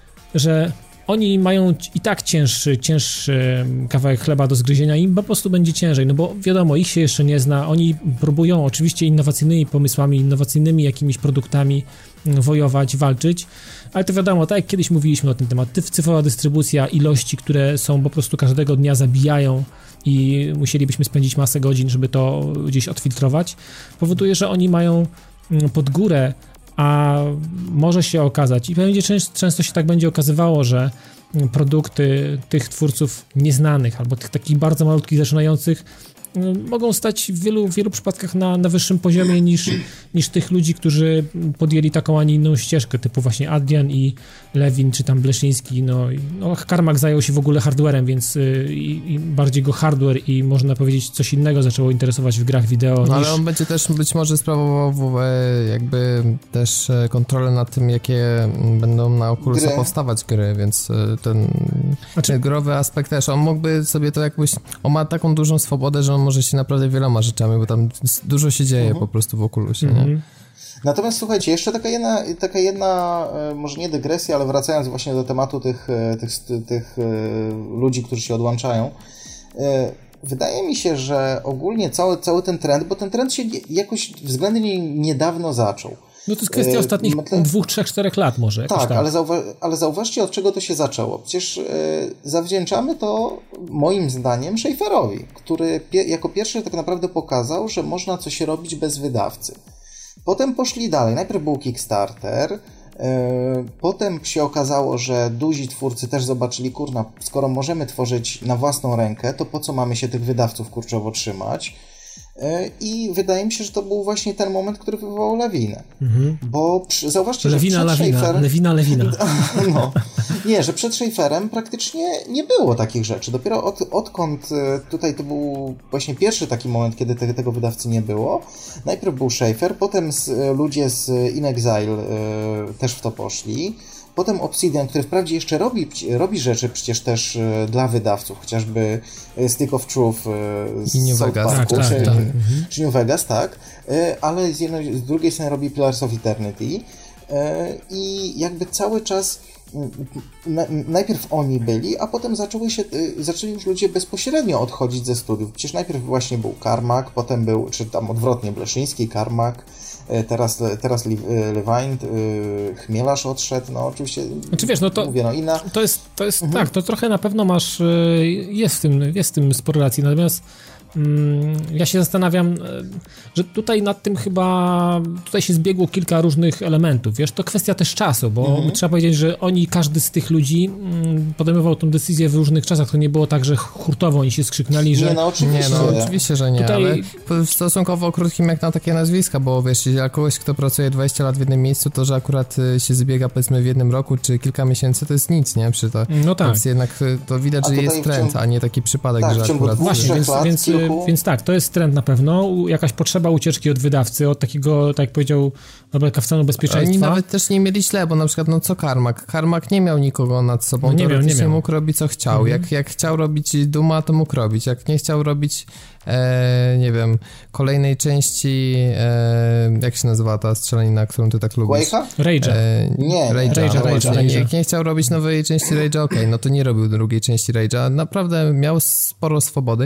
że oni mają i tak cięższy, cięższy kawałek chleba do zgryzienia, im po prostu będzie ciężej, no bo wiadomo, ich się jeszcze nie zna, oni próbują oczywiście innowacyjnymi pomysłami, innowacyjnymi jakimiś produktami wojować, walczyć, ale to wiadomo, tak jak kiedyś mówiliśmy o tym temat, cyfrowa dystrybucja, ilości, które są po prostu każdego dnia zabijają i musielibyśmy spędzić masę godzin, żeby to gdzieś odfiltrować, powoduje, że oni mają pod górę, a może się okazać i będzie często, często się tak będzie okazywało, że produkty tych twórców nieznanych albo tych takich bardzo malutkich, zaczynających mogą stać w wielu, w wielu przypadkach na, na wyższym poziomie niż, niż tych ludzi, którzy podjęli taką, a nie inną ścieżkę, typu właśnie Adrian i Lewin, czy tam Bleszyński, no, no Carmack zajął się w ogóle hardwarem, więc y, i bardziej go hardware i można powiedzieć coś innego zaczęło interesować w grach wideo. No, niż... ale on będzie też być może sprawował jakby też kontrolę nad tym, jakie będą na Oculusa gry. powstawać gry, więc ten, znaczy... ten growy aspekt też, on mógłby sobie to jakbyś, on ma taką dużą swobodę, że on może się naprawdę wieloma rzeczami, bo tam dużo się dzieje mhm. po prostu w Oculusie, nie? Mhm. Natomiast słuchajcie, jeszcze taka jedna, taka jedna, może nie dygresja, ale wracając właśnie do tematu tych, tych, tych ludzi, którzy się odłączają, wydaje mi się, że ogólnie cały, cały ten trend, bo ten trend się jakoś względnie niedawno zaczął. No to jest kwestia ostatnich Myślę... dwóch, trzech, czterech lat może. Tak, tak. Ale, zauwa- ale zauważcie, od czego to się zaczęło. Przecież yy, zawdzięczamy to moim zdaniem Schaeferowi, który pie- jako pierwszy tak naprawdę pokazał, że można coś robić bez wydawcy. Potem poszli dalej. Najpierw był Kickstarter, yy, potem się okazało, że duzi twórcy też zobaczyli, kurna, skoro możemy tworzyć na własną rękę, to po co mamy się tych wydawców kurczowo trzymać? I wydaje mi się, że to był właśnie ten moment, który wywołał lawinę. Mhm. Bo przy, zauważcie, lewina, że przed lawina, Schaeferem... Lewina, lewina. No, nie, że przed Schaeferem praktycznie nie było takich rzeczy. Dopiero od, odkąd tutaj to był właśnie pierwszy taki moment, kiedy te, tego wydawcy nie było. Najpierw był Schaefer, potem z, ludzie z In Exile y, też w to poszli. Potem Obsidian, który wprawdzie jeszcze robi, robi rzeczy przecież też y, dla wydawców, chociażby y, Stick of Truth y, z New Vegas, Parku, tak, czy, tak, tak. czy New Vegas, tak, y, ale z, jednej, z drugiej strony robi Pillars of Eternity y, i jakby cały czas y, na, najpierw oni byli, a potem zaczęły się, y, zaczęli już ludzie bezpośrednio odchodzić ze studiów. Przecież najpierw właśnie był Carmack, potem był, czy tam odwrotnie, Bleszyński, Carmack, Teraz, teraz Levine, Chmielarz odszedł, no oczywiście, znaczy, wiesz, no to, mówię, no inna... To jest, to jest mhm. tak, to trochę na pewno masz, jest w tym, jest w tym sporo racji, natomiast ja się zastanawiam, że tutaj nad tym chyba, tutaj się zbiegło kilka różnych elementów, wiesz, to kwestia też czasu, bo mhm. trzeba powiedzieć, że oni, każdy z tych ludzi podejmował tą decyzję w różnych czasach, to nie było tak, że hurtowo oni się skrzyknęli, że... Nie, no oczywiście, nie, no, oczywiście że nie, tutaj... ale stosunkowo krótkim jak na takie nazwiska, bo wiesz, jeśli kogoś, kto pracuje dwadzieścia lat w jednym miejscu, to że akurat się zbiega powiedzmy w jednym roku, czy kilka miesięcy, to jest nic, nie, przy to. No tak. Więc jednak to widać, że jest trend, ciągu... a nie taki przypadek, tak, że akurat... Właśnie, więc, lat, więc, kilku... więc tak, to jest trend na pewno, jakaś potrzeba ucieczki od wydawcy, od takiego, tak jak powiedział Robert Kafcanu, bezpieczeństwa. Oni nawet też nie mieli źle, bo na przykład, no co Carmack? Carmack nie miał nikogo nad sobą, no nie teoretycznie miał, nie miał. mógł robić co chciał. Mhm. Jak, jak chciał robić Duma, to mógł robić. Jak nie chciał robić, e, nie wiem, kolejnej części, e, jak się nazywa ta strzelanina, którą ty tak lubisz? Quake'a? Rage'a. E, nie, Rage'a, Rage'a, Rage'a. Rage'a. Jak nie chciał robić nowej części Rage'a, okej, okay, no to nie robił drugiej części Rage'a. Naprawdę miał sporo swobody.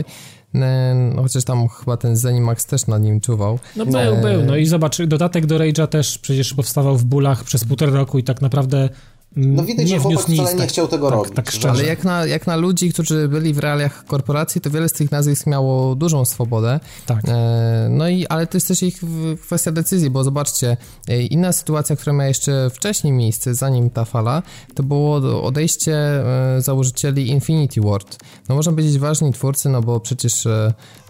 No, chociaż tam chyba ten Zenimax też nad nim czuwał. No był, e... był. No i zobacz, dodatek do Rage'a też przecież powstawał w bólach przez półtora roku i tak naprawdę no widać, nie że chłopak wniósł nic. wcale nie tak, chciał tego tak, robić. Tak szczerze. Ale jak na, jak na ludzi, którzy byli w realiach korporacji, to wiele z tych nazwisk miało dużą swobodę. Tak. E, no i, ale to jest też ich kwestia decyzji, bo zobaczcie, inna sytuacja, która miała jeszcze wcześniej miejsce, zanim ta fala, to było odejście e, założycieli Infinity Ward. No można powiedzieć ważni twórcy, no bo przecież e,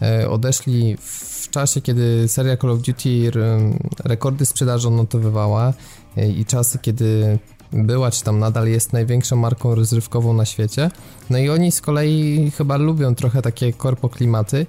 odeszli w czasie, kiedy seria Call of Duty rekordy sprzedaży odnotowywała e, i czasy, kiedy była, czy tam nadal jest największą marką rozrywkową na świecie. No i oni z kolei chyba lubią trochę takie korpo klimaty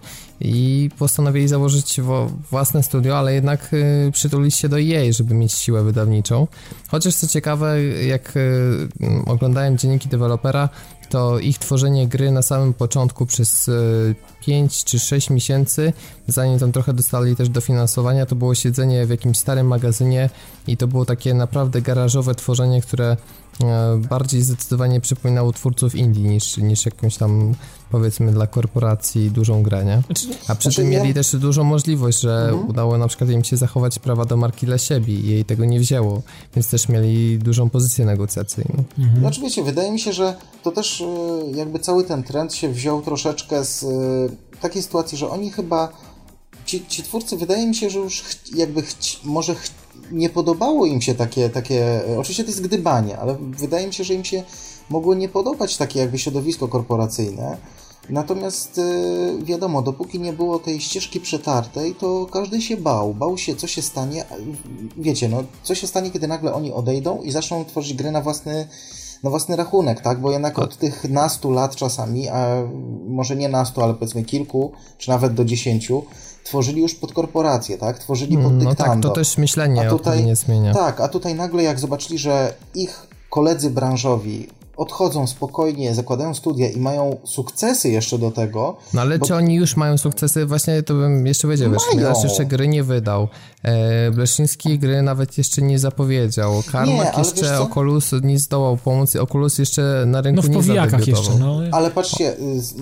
i postanowili założyć własne studio, ale jednak y, przytulić się do E A, żeby mieć siłę wydawniczą. Chociaż co ciekawe, jak y, oglądałem dzienniki dewelopera, to ich tworzenie gry na samym początku przez y, pięć czy sześć miesięcy, zanim tam trochę dostali też dofinansowania, to było siedzenie w jakimś starym magazynie i to było takie naprawdę garażowe tworzenie, które e, bardziej zdecydowanie przypominało twórców indie niż, niż jakąś tam, powiedzmy, dla korporacji dużą grę, nie? A przy znaczy, tym mieli ja... też dużą możliwość, że mhm. udało na przykład im się zachować prawa do marki dla siebie i jej tego nie wzięło, więc też mieli dużą pozycję negocjacyjną. Mhm. Znaczy wiecie, wydaje mi się, że to też jakby cały ten trend się wziął troszeczkę z takiej sytuacji, że oni chyba, ci, ci twórcy, wydaje mi się, że już ch- jakby chci, może ch- nie podobało im się takie, takie, oczywiście to jest gdybanie, ale wydaje mi się, że im się mogło nie podobać takie jakby środowisko korporacyjne. Natomiast yy, wiadomo, dopóki nie było tej ścieżki przetartej, to każdy się bał. Bał się, co się stanie, wiecie, no, co się stanie, kiedy nagle oni odejdą i zaczną tworzyć gry na własny, na własny rachunek, tak? Bo jednak od tych nastu lat czasami, a może nie nastu, ale powiedzmy kilku, czy nawet do dziesięciu, tworzyli już pod korporacje, tak? Tworzyli pod dyktando. No tak, to też myślenie odpowiednio zmienia. Tak, a tutaj nagle jak zobaczyli, że ich koledzy branżowi odchodzą spokojnie, zakładają studia i mają sukcesy jeszcze do tego. No ale bo... czy oni już mają sukcesy? Właśnie to bym jeszcze powiedział, wiesz, Mielasz jeszcze gry nie wydał. E, Bleszyński gry nawet jeszcze nie zapowiedział. Carmack jeszcze Oculus nie zdołał pomóc. Oculus jeszcze na rynku no, w nie zadebiutował. jeszcze, no. Ale patrzcie,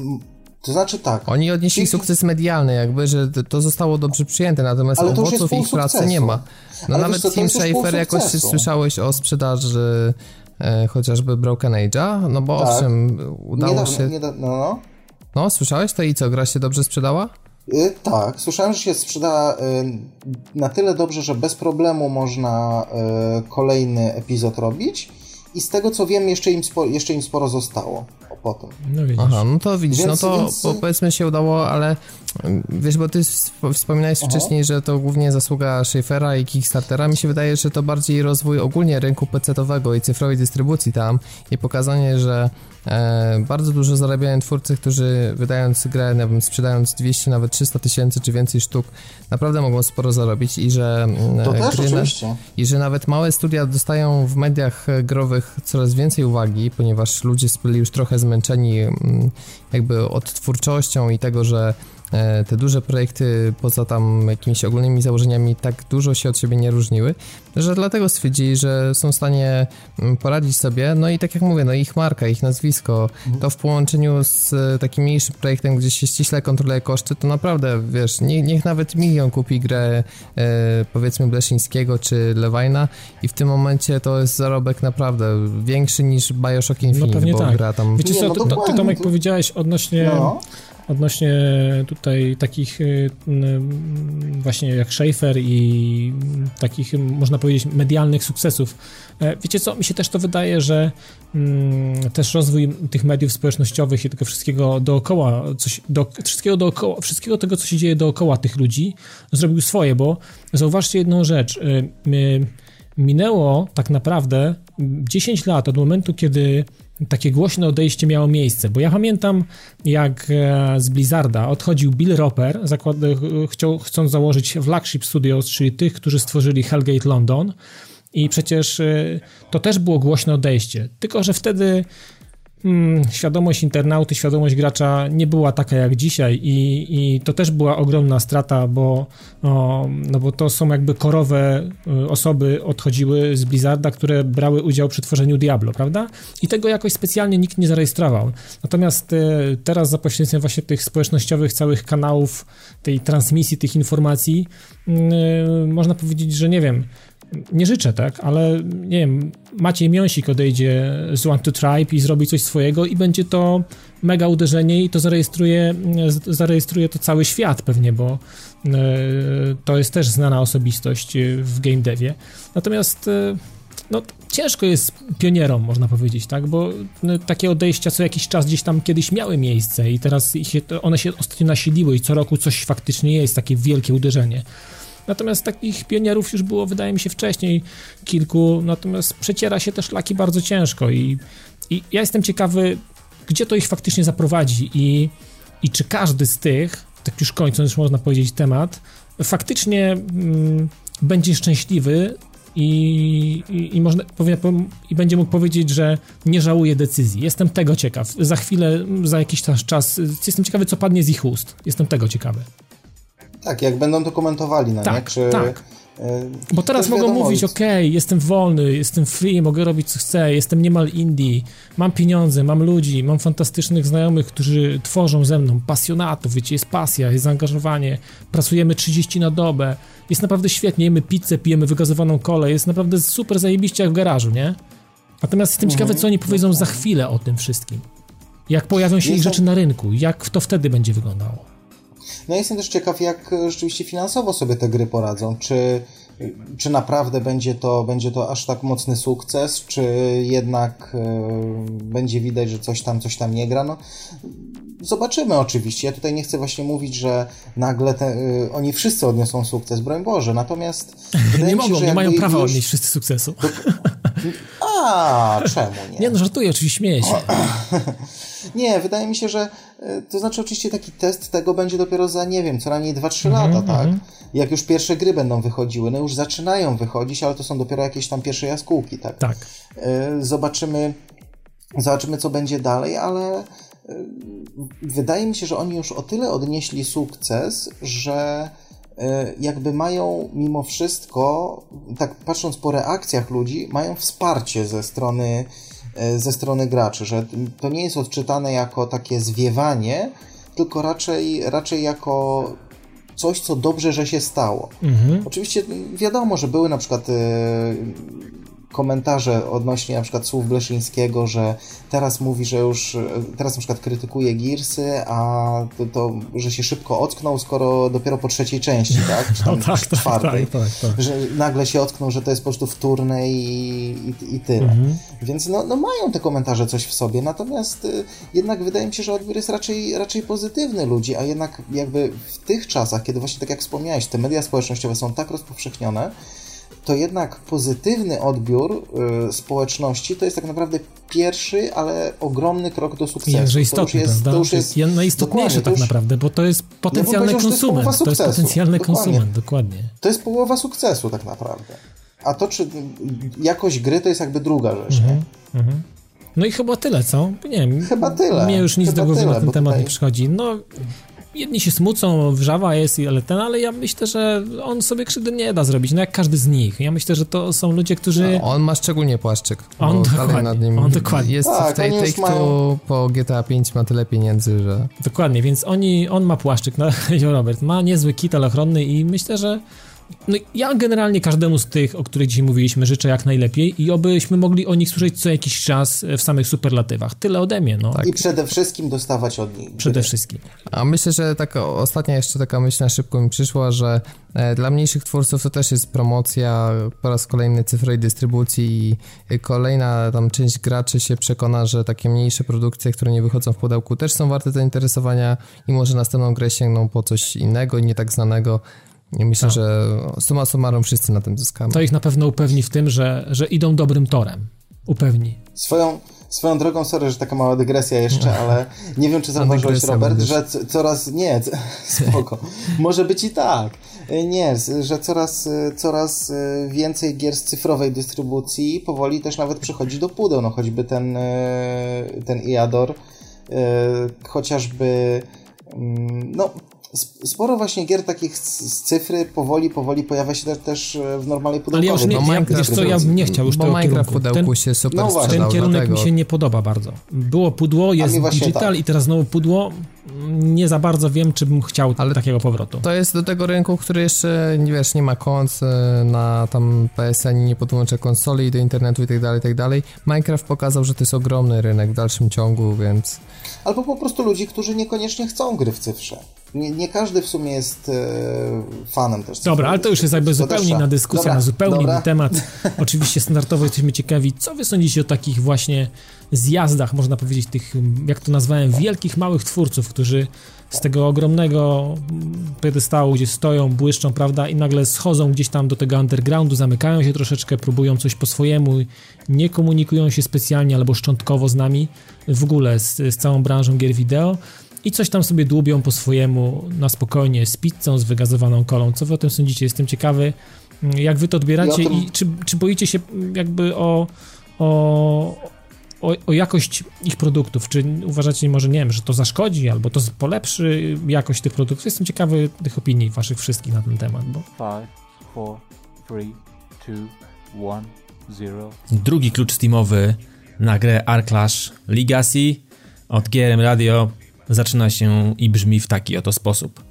to znaczy tak. Oni odnieśli Czyli... sukces medialny, jakby, że to zostało dobrze przyjęte, natomiast owoców ich pracy nie ma. No ale nawet co, Tim Schafer jakoś słyszałeś o sprzedaży E, chociażby Broken Age'a, no bo tak. owszem, udało Niedawno, się... Niedawno, no. no, słyszałeś to i co, gra się dobrze sprzedała? Yy, tak, słyszałem, że się sprzedała yy, na tyle dobrze, że bez problemu można yy, kolejny epizod robić i z tego co wiem, jeszcze im, spo, jeszcze im sporo zostało potem. No widzisz. Aha, no to widzisz, więc, no to więc... bo powiedzmy się udało, ale wiesz, bo ty wspominałeś Aha. wcześniej, że to głównie zasługa Schafera i Kickstartera. Mi się wydaje, że to bardziej rozwój ogólnie rynku pecetowego i cyfrowej dystrybucji tam i pokazanie, że e, bardzo dużo zarabiają twórcy, którzy wydając grę, nie wiem, sprzedając dwieście, nawet trzysta tysięcy czy więcej sztuk, naprawdę mogą sporo zarobić i że to e, też, gry oczywiście. Na, i że nawet małe studia dostają w mediach growych coraz więcej uwagi, ponieważ ludzie byli już trochę zmęczeni jakby odtwórczością i tego, że te duże projekty poza tam jakimiś ogólnymi założeniami tak dużo się od siebie nie różniły, że dlatego stwierdzili, że są w stanie poradzić sobie, no i tak jak mówię, no ich marka, ich nazwisko, to w połączeniu z takim mniejszym projektem, gdzie się ściśle kontroluje koszty, to naprawdę, wiesz, nie, niech nawet milion kupi grę e, powiedzmy Bleszyńskiego czy Lewajna i w tym momencie to jest zarobek naprawdę większy niż Bioshock Infinite, no bo tak. gra tam... Wiecie co, ty, ty Tomek powiedziałeś odnośnie... No. odnośnie tutaj takich właśnie jak Schaefer i takich, można powiedzieć, medialnych sukcesów. Wiecie co, mi się też to wydaje, że też rozwój tych mediów społecznościowych i tego wszystkiego dookoła, coś, do, wszystkiego dookoła, wszystkiego tego, co się dzieje dookoła tych ludzi, zrobił swoje, bo zauważcie jedną rzecz. Minęło tak naprawdę dziesięć lat od momentu, kiedy takie głośne odejście miało miejsce, bo ja pamiętam, jak z Blizzarda odchodził Bill Roper, zakład, chciał, chcąc założyć Flagship Studios, czyli tych, którzy stworzyli Hellgate London, i przecież to też było głośne odejście, tylko że wtedy Hmm, świadomość internauty, świadomość gracza nie była taka jak dzisiaj i, i to też była ogromna strata, bo, o, no bo to są jakby korowe osoby odchodziły z Blizzarda, które brały udział przy tworzeniu Diablo, prawda? I tego jakoś specjalnie nikt nie zarejestrował. Natomiast e, teraz za pośrednictwem właśnie tych społecznościowych całych kanałów, tej transmisji tych informacji, e, można powiedzieć, że nie wiem, nie życzę, tak, ale nie wiem, Maciej Miąsik odejdzie z One to Tribe i zrobi coś swojego i będzie to mega uderzenie i to zarejestruje, zarejestruje to cały świat pewnie, bo e, to jest też znana osobistość w game devie. Natomiast e, no, ciężko jest pionierom, można powiedzieć, tak, bo no, takie odejścia co jakiś czas gdzieś tam kiedyś miały miejsce i teraz się, one się ostatnio nasiliły i co roku coś faktycznie jest, takie wielkie uderzenie. Natomiast takich pionierów już było, wydaje mi się, wcześniej kilku, natomiast przeciera się te szlaki bardzo ciężko i, i ja jestem ciekawy, gdzie to ich faktycznie zaprowadzi i, i czy każdy z tych, tak już kończąc, można powiedzieć temat, faktycznie mm, będzie szczęśliwy i, i, i, można, powiem, i będzie mógł powiedzieć, że nie żałuje decyzji. Jestem tego ciekaw. Za chwilę, za jakiś czas, jestem ciekawy, co padnie z ich ust. Jestem tego ciekawy. Tak, jak będą to komentowali, no tak, nie? Czy, tak. Y, Bo teraz mogą wiadomo, mówić, okej, okay, jestem wolny, jestem free, mogę robić co chcę, jestem niemal indie, mam pieniądze, mam ludzi, mam fantastycznych znajomych, którzy tworzą ze mną, pasjonatów, wiecie, jest pasja, jest zaangażowanie, pracujemy trzydzieści na dobę, jest naprawdę świetnie, jemy pizzę, pijemy wygazowaną kolę, jest naprawdę super zajebiście jak w garażu, nie? Natomiast jestem mhm. ciekawy, co oni powiedzą za chwilę o tym wszystkim. Jak pojawią się jestem... ich rzeczy na rynku, jak to wtedy będzie wyglądało. No jestem też ciekaw, jak rzeczywiście finansowo sobie te gry poradzą. Czy, czy naprawdę będzie to, będzie to aż tak mocny sukces, czy jednak y, będzie widać, że coś tam, coś tam nie gra. No, zobaczymy oczywiście. Ja tutaj nie chcę właśnie mówić, że nagle te, y, oni wszyscy odniosą sukces, broń Boże. Natomiast nie się, mogą, że nie mają prawa już... odnieść wszyscy sukcesu. To... A, czemu nie? Nie no, żartuję, oczywiście śmieję się. Nie, wydaje mi się, że to znaczy oczywiście taki test tego będzie dopiero za, nie wiem, co najmniej dwa trzy mm-hmm, lata, tak? Mm-hmm. Jak już pierwsze gry będą wychodziły, no już zaczynają wychodzić, ale to są dopiero jakieś tam pierwsze jaskółki, tak? Tak. Zobaczymy, zobaczymy, co będzie dalej, ale wydaje mi się, że oni już o tyle odnieśli sukces, że jakby mają mimo wszystko, tak patrząc po reakcjach ludzi, mają wsparcie ze strony ze strony graczy, że to nie jest odczytane jako takie zwiewanie, tylko raczej, raczej jako coś, co dobrze, że się stało. Mhm. Oczywiście wiadomo, że były na przykład komentarze odnośnie na przykład słów Bleszyńskiego, że teraz mówi, że już teraz na przykład krytykuje Gearsy, a to, to że się szybko ocknął, skoro dopiero po trzeciej części, tak? Czy tam no tak, czwartej. Tak, tak, tak. Że nagle się ocknął, że to jest po prostu wtórne i, i, i tyle. Mhm. Więc no, no mają te komentarze coś w sobie, natomiast y, jednak wydaje mi się, że odbiór jest raczej, raczej pozytywny ludzi, a jednak jakby w tych czasach, kiedy właśnie tak jak wspomniałeś, te media społecznościowe są tak rozpowszechnione, to jednak pozytywny odbiór y, społeczności to jest tak naprawdę pierwszy, ale ogromny krok do sukcesu. Jakże istotny, to już jest, prawda? To już jest najistotniejsze tak już, naprawdę, bo to jest potencjalny no konsument. To jest, to jest potencjalny dokładnie. konsument, dokładnie. To jest połowa sukcesu tak naprawdę. A to, czy jakość gry, to jest jakby druga rzecz, mm-hmm, nie? Mm-hmm. No i chyba tyle, co? Nie wiem. Chyba tyle. Mnie już nic chyba do głowy tyle, na ten temat tutaj... nie przychodzi. No... Jedni się smucą, wrzawa jest, ale ten, ale ja myślę, że on sobie krzywdy nie da zrobić, no jak każdy z nich. Ja myślę, że to są ludzie, którzy... No, on ma szczególnie płaszczyk. On dokładnie, nad nim on dokładnie. Jest tak, w tej Take mają... Two po G T A pięć ma tyle pieniędzy, że... Dokładnie, więc oni, on ma płaszczyk, no Robert, ma niezły kitel ochronny i myślę, że No ja generalnie każdemu z tych, o których dzisiaj mówiliśmy, życzę jak najlepiej i obyśmy mogli o nich słyszeć co jakiś czas w samych superlatywach. Tyle ode mnie, no. Tak. I przede wszystkim dostawać od nich. Przede wszystkim. A myślę, że taka ostatnia jeszcze taka myśl na szybko mi przyszła, że e, dla mniejszych twórców to też jest promocja po raz kolejny cyfrowej dystrybucji i kolejna tam część graczy się przekona, że takie mniejsze produkcje, które nie wychodzą w pudełku, też są warte zainteresowania i może następną grę sięgną po coś innego i nie tak znanego. I myślę, tak. że summa summarum wszyscy na tym zyskamy. To ich na pewno upewni w tym, że, że idą dobrym torem. Upewni. Swoją, swoją drogą, sorry, że taka mała dygresja jeszcze, ale nie wiem, czy zauważyłeś, Robert, że c- coraz... Nie, c- spoko. Może być i tak. Nie, że coraz, coraz więcej gier z cyfrowej dystrybucji powoli też nawet przychodzi do pudeł. No choćby ten, ten Iador, chociażby... No... Sporo właśnie gier takich z cyfry powoli, powoli pojawia się też w normalnej pudełkowej. Ale ja już nie, no, ja, wiesz co, ja bym nie chciał już bo tego Minecraft kierunku. w pudełku ten, się super no sprzedał. Ten kierunek dlatego. mi się nie podoba bardzo. Było pudło, jest digital tak. I teraz znowu pudło. Nie za bardzo wiem, czy bym chciał ale takiego powrotu. To jest do tego rynku, który jeszcze, nie wiesz, nie ma kont na tam P S N, nie podłącza konsoli do internetu i tak dalej, i tak dalej. Minecraft pokazał, że to jest ogromny rynek w dalszym ciągu, więc... Albo po prostu ludzi, którzy niekoniecznie chcą gry w cyfrze. Nie, nie każdy w sumie jest e, fanem też. Dobra, ale to już jest jakby zupełnie inna dyskusja, dobra, na zupełnie dobra. inny temat. Oczywiście standardowo jesteśmy ciekawi, co wy sądzicie o takich właśnie zjazdach, można powiedzieć, tych, jak to nazwałem, wielkich, małych twórców, którzy z tego ogromnego piedestału, gdzie stoją, błyszczą, prawda, i nagle schodzą gdzieś tam do tego undergroundu, zamykają się troszeczkę, próbują coś po swojemu, nie komunikują się specjalnie albo szczątkowo z nami, w ogóle z, z całą branżą gier wideo i coś tam sobie dłubią po swojemu na spokojnie, z pizzą, z wygazowaną kolą. Co wy o tym sądzicie? Jestem ciekawy, jak wy to odbieracie i, tym... i czy, czy boicie się jakby o, o, o, o jakość ich produktów? Czy uważacie może, nie wiem, że to zaszkodzi albo to polepszy jakość tych produktów? Jestem ciekawy tych opinii waszych wszystkich na ten temat. Bo... five, four, three, two, one, zero. Drugi klucz Steamowy na grę Arclash Legacy od G R M Radio zaczyna się i brzmi w taki oto sposób.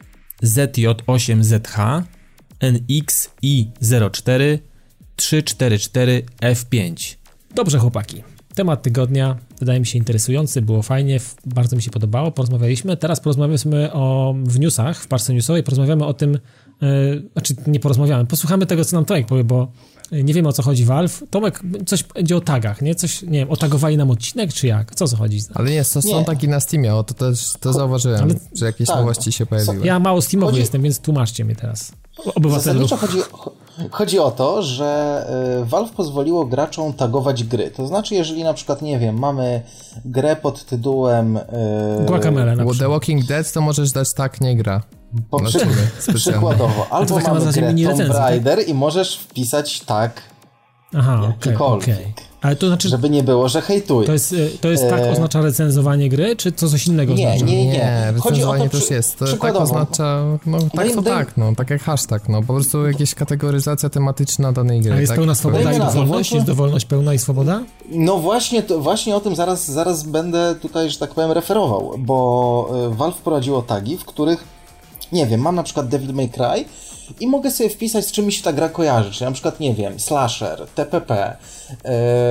Z J osiem Z H N X I zero cztery trzy cztery cztery F pięć. Dobrze, chłopaki. Temat tygodnia wydaje mi się interesujący, było fajnie, bardzo mi się podobało, porozmawialiśmy. Teraz porozmawiamy o, w newsach, w parce newsowej, porozmawiamy o tym, yy, znaczy nie porozmawiamy, posłuchamy tego, co nam Tomek powie, bo nie wiemy, o co chodzi Valve. Tomek, coś będzie o tagach, nie? Coś, nie wiem, otagowali nam odcinek, czy jak? Co o co chodzi? Ale nie, to są tagi na Steamie, o to też to zauważyłem, ale... że jakieś tak, nowości się pojawiły. Ja mało Steamowy chodzi... jestem, więc tłumaczcie mnie teraz. Obywatelu. Zasadniczo chodzi, chodzi o to, że Valve pozwoliło graczom tagować gry. To znaczy, jeżeli na przykład, nie wiem, mamy grę pod tytułem... Yy... Guacamele na przykład. The Walking Dead, to możesz dać tak, nie gra. Po przy... Przykładowo. Albo mamy grę Tomb Raider tak? i możesz wpisać tak. Aha, okej, okay, okay. Ale to znaczy... Żeby nie było, że hejtuję. To jest, to jest tak oznacza recenzowanie gry, czy to coś innego nie, oznacza? Nie, nie, nie. Recenzowanie to też jest. To tak oznacza, no tak to tak, no, tak jak hashtag, no, po prostu jakaś kategoryzacja tematyczna danej gry. A jest tak? pełna swoboda i dowolność? Jest dowolność pełna i swoboda? No właśnie, to, właśnie o tym zaraz, zaraz będę tutaj, że tak powiem, referował, bo Valve wprowadziło tagi, w których, nie wiem, mam na przykład Devil May Cry i mogę sobie wpisać, z czym mi się ta gra kojarzy, czyli na przykład, nie wiem, slasher, T P P, yy,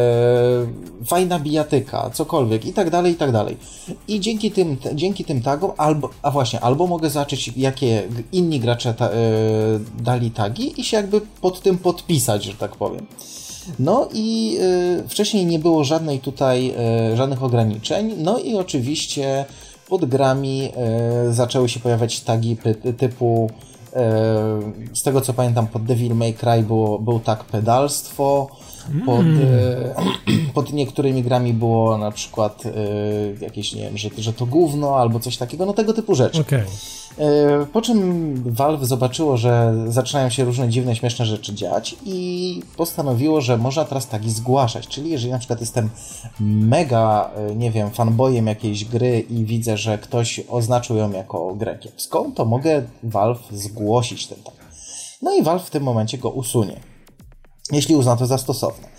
fajna bijatyka, cokolwiek i tak dalej, i tak dalej. I dzięki tym, t- dzięki tym tagom, albo, a właśnie, albo mogę zobaczyć, jakie inni gracze ta, yy, dali tagi i się jakby pod tym podpisać, że tak powiem. No i yy, wcześniej nie było żadnej tutaj, yy, żadnych ograniczeń, no i oczywiście pod grami yy, zaczęły się pojawiać tagi py- typu z tego co pamiętam, pod Devil May Cry było, był tag pedalstwo, pod, mm. pod niektórymi grami było na przykład jakieś, nie wiem, że, że to gówno albo coś takiego, no tego typu rzeczy. Okay. Po czym Valve zobaczyło, że zaczynają się różne dziwne, śmieszne rzeczy dziać i postanowiło, że można teraz tagi zgłaszać, czyli jeżeli na przykład jestem mega, nie wiem, fanboyem jakiejś gry i widzę, że ktoś oznaczył ją jako grę kiepską, to mogę Valve zgłosić ten tag. No i Valve w tym momencie go usunie, jeśli uzna to za stosowne.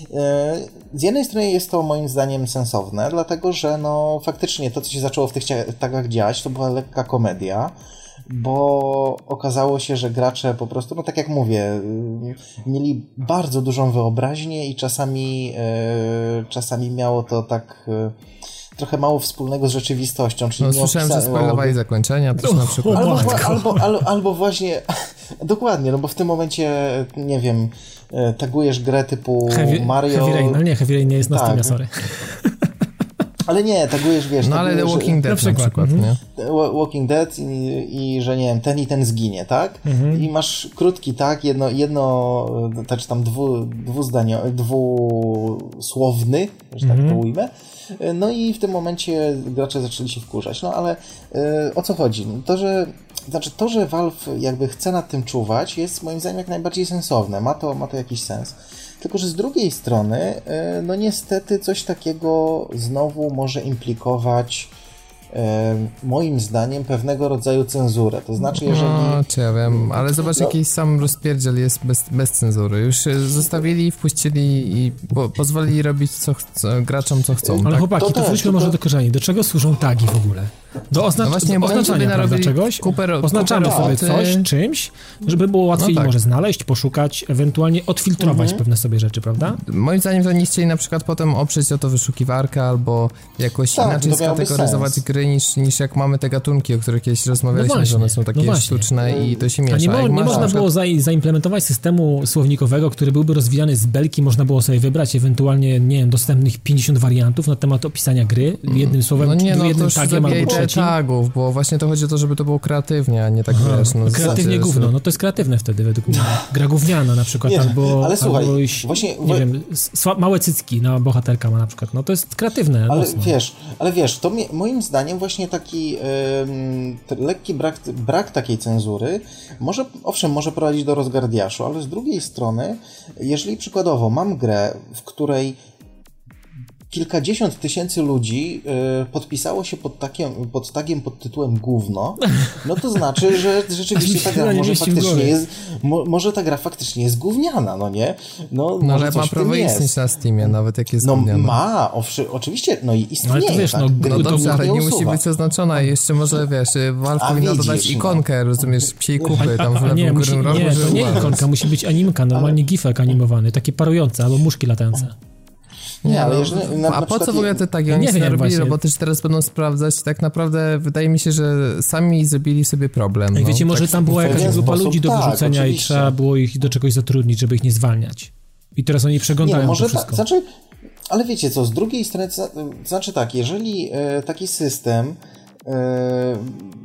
Z jednej strony jest to moim zdaniem sensowne, dlatego że no faktycznie to, co się zaczęło w tych tagach dziać, to była lekka komedia. bo okazało się, że gracze po prostu, no tak jak mówię, mieli bardzo dużą wyobraźnię i czasami, czasami miało to tak trochę mało wspólnego z rzeczywistością. Czyli no nie słyszałem, że spoilowali zakończenia też na przykład. Albo, albo, albo, albo właśnie, dokładnie, no bo w tym momencie, nie wiem, tagujesz grę typu Heavy, Mario... Heavy Rain, ale nie, Heavy Rain nie jest na tak. Steamie, sorry. Ale nie, tagujesz, wiesz... No ale The Walking Dead na przykład, mhm. nie? Walking Dead i, i że nie wiem, ten i ten zginie, tak? Mhm. I masz krótki tak, jedno, jedno znaczy tam dwu, dwuzdanio, dwusłowny, że tak mhm. to ujmę. No i w tym momencie gracze zaczęli się wkurzać. No ale y, o co chodzi? To, że Znaczy to, że Valve jakby chce nad tym czuwać, jest moim zdaniem jak najbardziej sensowne. Ma to, ma to jakiś sens. Tylko, że z drugiej strony, no niestety coś takiego znowu może implikować moim zdaniem pewnego rodzaju cenzurę. To znaczy, jeżeli... No, czy ja wiem, ale zobacz, no... jakiś sam rozpierdziel jest bez, bez cenzury. Już zostawili, wpuścili i po, pozwolili robić co chcą, graczom co chcą. Ale tak? chłopaki, to, to wróćmy to... może do korzeni. Do czego służą tagi w ogóle? Do oznacz... no właśnie, oznaczania prawda, czegoś. Kuper, Oznaczamy kuperoty. sobie coś czymś, żeby było łatwiej no tak. może znaleźć, poszukać, ewentualnie odfiltrować mhm. pewne sobie rzeczy, prawda? Moim zdaniem to nie chcieli na przykład potem oprzeć o to wyszukiwarkę albo jakoś tak, inaczej skategoryzować gry niż, niż jak mamy te gatunki, o których kiedyś rozmawialiśmy, no że one są takie no sztuczne i to się miesza. A nie, mo- nie można przykład... było za, zaimplementować systemu słownikowego, który byłby rozwijany z belki, można było sobie wybrać ewentualnie, nie wiem, dostępnych pięćdziesiąt wariantów na temat opisania gry, jednym słowem, no nie, no jednym tagiem albo trzecim. tagów, bo właśnie to chodzi o to, żeby to było kreatywnie, a nie tak Aha, wiesz. No, kreatywnie gówno, że... no to jest kreatywne wtedy według mnie. Gra gówniana na przykład, nie, albo, ale słuchaj, albo iść, właśnie, nie wiem, sła- małe cycki na bohaterka ma na przykład, no to jest kreatywne. Ale mocno. wiesz, ale wiesz, to mi, moim zdaniem właśnie taki yy, lekki brak, brak takiej cenzury może, owszem, może prowadzić do rozgardiaszu, ale z drugiej strony, jeżeli przykładowo mam grę, w której kilkadziesiąt tysięcy ludzi y, podpisało się pod, takiem, pod tagiem pod tytułem gówno, no to znaczy, że rzeczywiście ta gra może faktycznie jest, mo, może ta gra faktycznie jest gówniana, no nie? No, no ale ma prawo istnieć na Steamie, nawet jak jest no, gówniana. No ma, owszy, oczywiście, no i istnieje, no, ale to wiesz, tak? No, no dobrze, ale nie usuwa. musi być oznaczona i jeszcze może, wiesz, Valve powinno dodać ikonkę, no. rozumiesz, psiej kupy, tam w lewym nie, górnym rogu. Nie, to nie ikonka, musi być animka, normalnie ale... gifek animowany, takie parujące, albo muszki latające. Nie, ale jeżeli, na, a na po co w ogóle te tagi? Oni nie sobie robili roboty, że teraz będą sprawdzać. Tak naprawdę wydaje mi się, że sami zrobili sobie problem. No. Wiecie, może tak, tam była jakaś grupa sposób, ludzi do tak, wyrzucenia oczywiście. I trzeba było ich do czegoś zatrudnić, żeby ich nie zwalniać. I teraz oni przeglądają nie, może to wszystko. Ta, znaczy, ale wiecie co, z drugiej strony, to znaczy tak, jeżeli e, taki system e,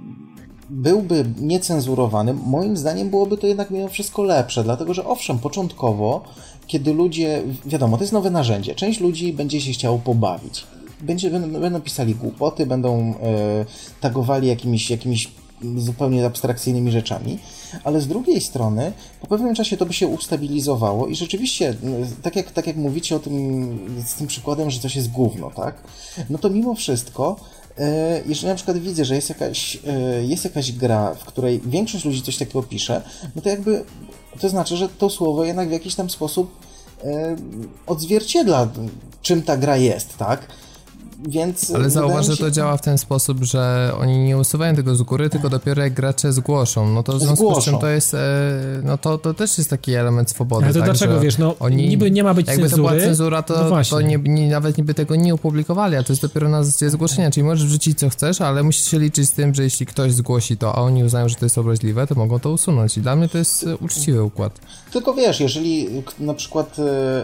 byłby niecenzurowany, moim zdaniem byłoby to jednak mimo wszystko lepsze, dlatego że owszem, początkowo kiedy ludzie, wiadomo, to jest nowe narzędzie, część ludzi będzie się chciało pobawić. Będzie, będą, będą pisali głupoty, będą e, tagowali jakimiś, jakimiś zupełnie abstrakcyjnymi rzeczami, ale z drugiej strony po pewnym czasie to by się ustabilizowało i rzeczywiście, tak jak, tak jak mówicie o tym, z tym przykładem, że coś jest gówno, tak? No to mimo wszystko, e, jeżeli na przykład widzę, że jest jakaś, e, jest jakaś gra, w której większość ludzi coś takiego pisze, no to jakby to znaczy, że to słowo jednak w jakiś tam sposób e, odzwierciedla, czym ta gra jest, tak? Więc ale zauważ, się... że to działa w ten sposób, że oni nie usuwają tego z góry, tylko dopiero jak gracze zgłoszą. No to w związku z czym to jest, e, no to, to też jest taki element swobody. Ale to tak, dlaczego, wiesz, no oni, niby nie ma być jakby cenzury. Jakby to była cenzura, to, no to nie, nie, nawet niby tego nie opublikowali, a to jest dopiero na zasadzie zgłoszenia, czyli możesz wrzucić co chcesz, ale musisz się liczyć z tym, że jeśli ktoś zgłosi to, a oni uznają, że to jest obraźliwe, to mogą to usunąć i dla mnie to jest uczciwy układ. Tylko wiesz, jeżeli na przykład e, e,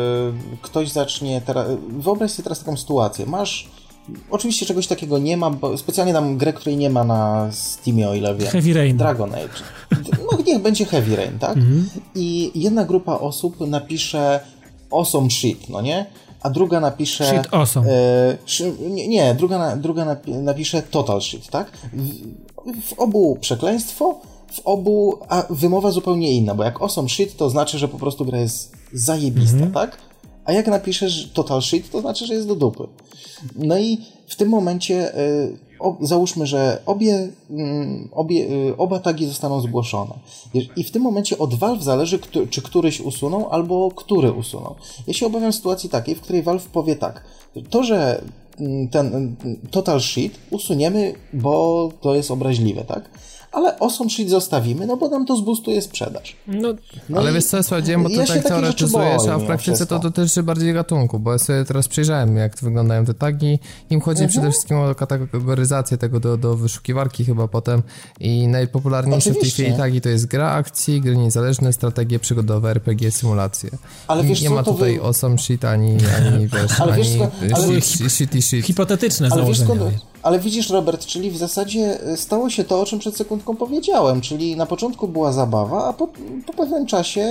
ktoś zacznie teraz, wyobraź sobie teraz taką sytuację, masz oczywiście czegoś takiego nie ma, bo specjalnie dam grę, której nie ma na Steamie, o ile wiem. Heavy Rain. Dragon Age. No niech będzie Heavy Rain, tak? Mm-hmm. I jedna grupa osób napisze awesome shit, no nie? A druga napisze... Shit awesome. E, nie, nie, druga, druga napisze total shit, tak? W, w obu przekleństwo, w obu a wymowa zupełnie inna, bo jak awesome shit, to znaczy, że po prostu gra jest zajebista, mm-hmm. tak? A jak napiszesz total shit, to znaczy, że jest do dupy. No i w tym momencie y, o, załóżmy, że obie, y, obie, y, oba tagi zostaną zgłoszone. I w tym momencie od Valve zależy, kto, czy któryś usuną, albo który usuną. Ja się obawiam sytuacji takiej, w której Valve powie tak, to, że ten total shit usuniemy, bo to jest obraźliwe, tak? ale Awesome Sheet zostawimy, no bo nam to zboostuje sprzedaż. No, no ale wiesz co, słodziłem, bo to ja tak teoretyzujesz, a w praktyce to dotyczy bardziej gatunku, bo ja sobie teraz przyjrzałem, jak wyglądają te tagi. Im chodzi mhm. przede wszystkim o kategoryzację tego do, do wyszukiwarki chyba potem i najpopularniejsze Oczywiście. w tej chwili tagi to jest gra akcji, gry niezależne, strategie przygodowe, er pe gie, symulacje. Ale wiesz, nie co, ma tutaj wy... Awesome Sheet ani, ani wiesz, ale ani wiesz, ale shit, shitty shit. Hipotetyczne ale założenia. Wiesz, ale widzisz, Robert, czyli w zasadzie stało się to, o czym przed sekundką powiedziałem, czyli na początku była zabawa, a po, po pewnym czasie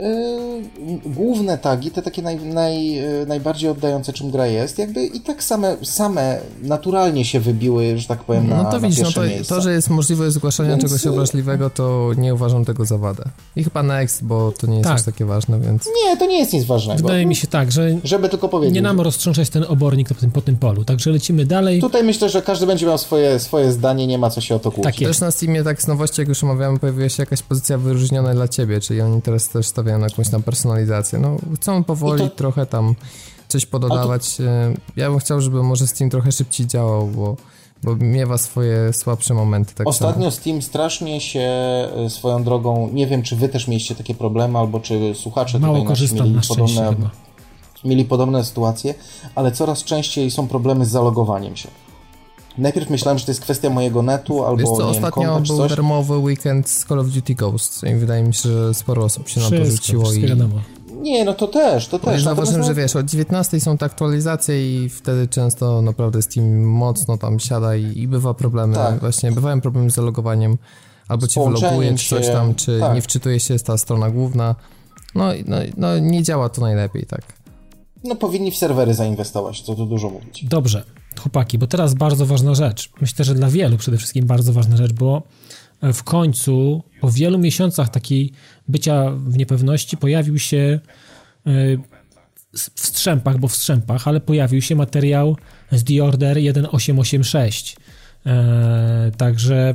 yy, główne tagi, te takie naj, naj, najbardziej oddające czym gra jest, jakby i tak same, same naturalnie się wybiły, że tak powiem, na, no to na widzisz, no to, miejsce. to, że jest możliwość zgłaszania więc... czegoś obraźliwego, to nie uważam tego za wadę. I chyba next, bo to nie jest tak. aż takie ważne, więc... Nie, to nie jest nic ważnego. Wydaje mi się tak, że żeby tylko powiedzieć, nie nam roztrząsać ten obornik po tym, po tym polu, także lecimy dalej. Tutaj myślę, że każdy będzie miał swoje, swoje zdanie, nie ma co się o to kłócić. Tak też na Steamie, tak z nowości, jak już omawiamy, pojawiła się jakaś pozycja wyróżniona dla ciebie, czyli oni teraz też stawiają na jakąś tam personalizację. No, chcą powoli to... trochę tam coś pododawać. To... Ja bym chciał, żeby może Steam trochę szybciej działał, bo, bo miewa swoje słabsze momenty. Tak Ostatnio samo. Steam strasznie się swoją drogą, nie wiem, czy wy też mieliście takie problemy, albo czy słuchacze Mało tutaj korzystam mieli na podobne, chyba. mieli podobne sytuacje, ale coraz częściej są problemy z zalogowaniem się. Najpierw myślałem, że to jest kwestia mojego netu, albo Wiesz co, nie ostatnio wiem, konta, był coś. darmowy weekend z Call of Duty Ghosts i wydaje mi się, że sporo osób się wszystko, na to rzuciło. I... wiadomo. Nie, no to też, to też. Ja zauważyłem, że wiesz, od dziewiętnastej są te aktualizacje i wtedy często naprawdę Steam mocno tam siada i, i bywa problemy, tak. właśnie bywają problemy z zalogowaniem, albo ci wyloguje, czy coś tam, czy tak. nie wczytuje się ta strona główna. No, no, no nie działa to najlepiej, tak. No powinni w serwery zainwestować, co tu dużo mówić. Dobrze, chłopaki, bo teraz bardzo ważna rzecz. Myślę, że dla wielu przede wszystkim bardzo ważna rzecz, bo w końcu po wielu miesiącach takiej bycia w niepewności pojawił się w strzępach, bo w strzępach, ale pojawił się materiał z The Order tysiąc osiemset osiemdziesiąt sześć. Także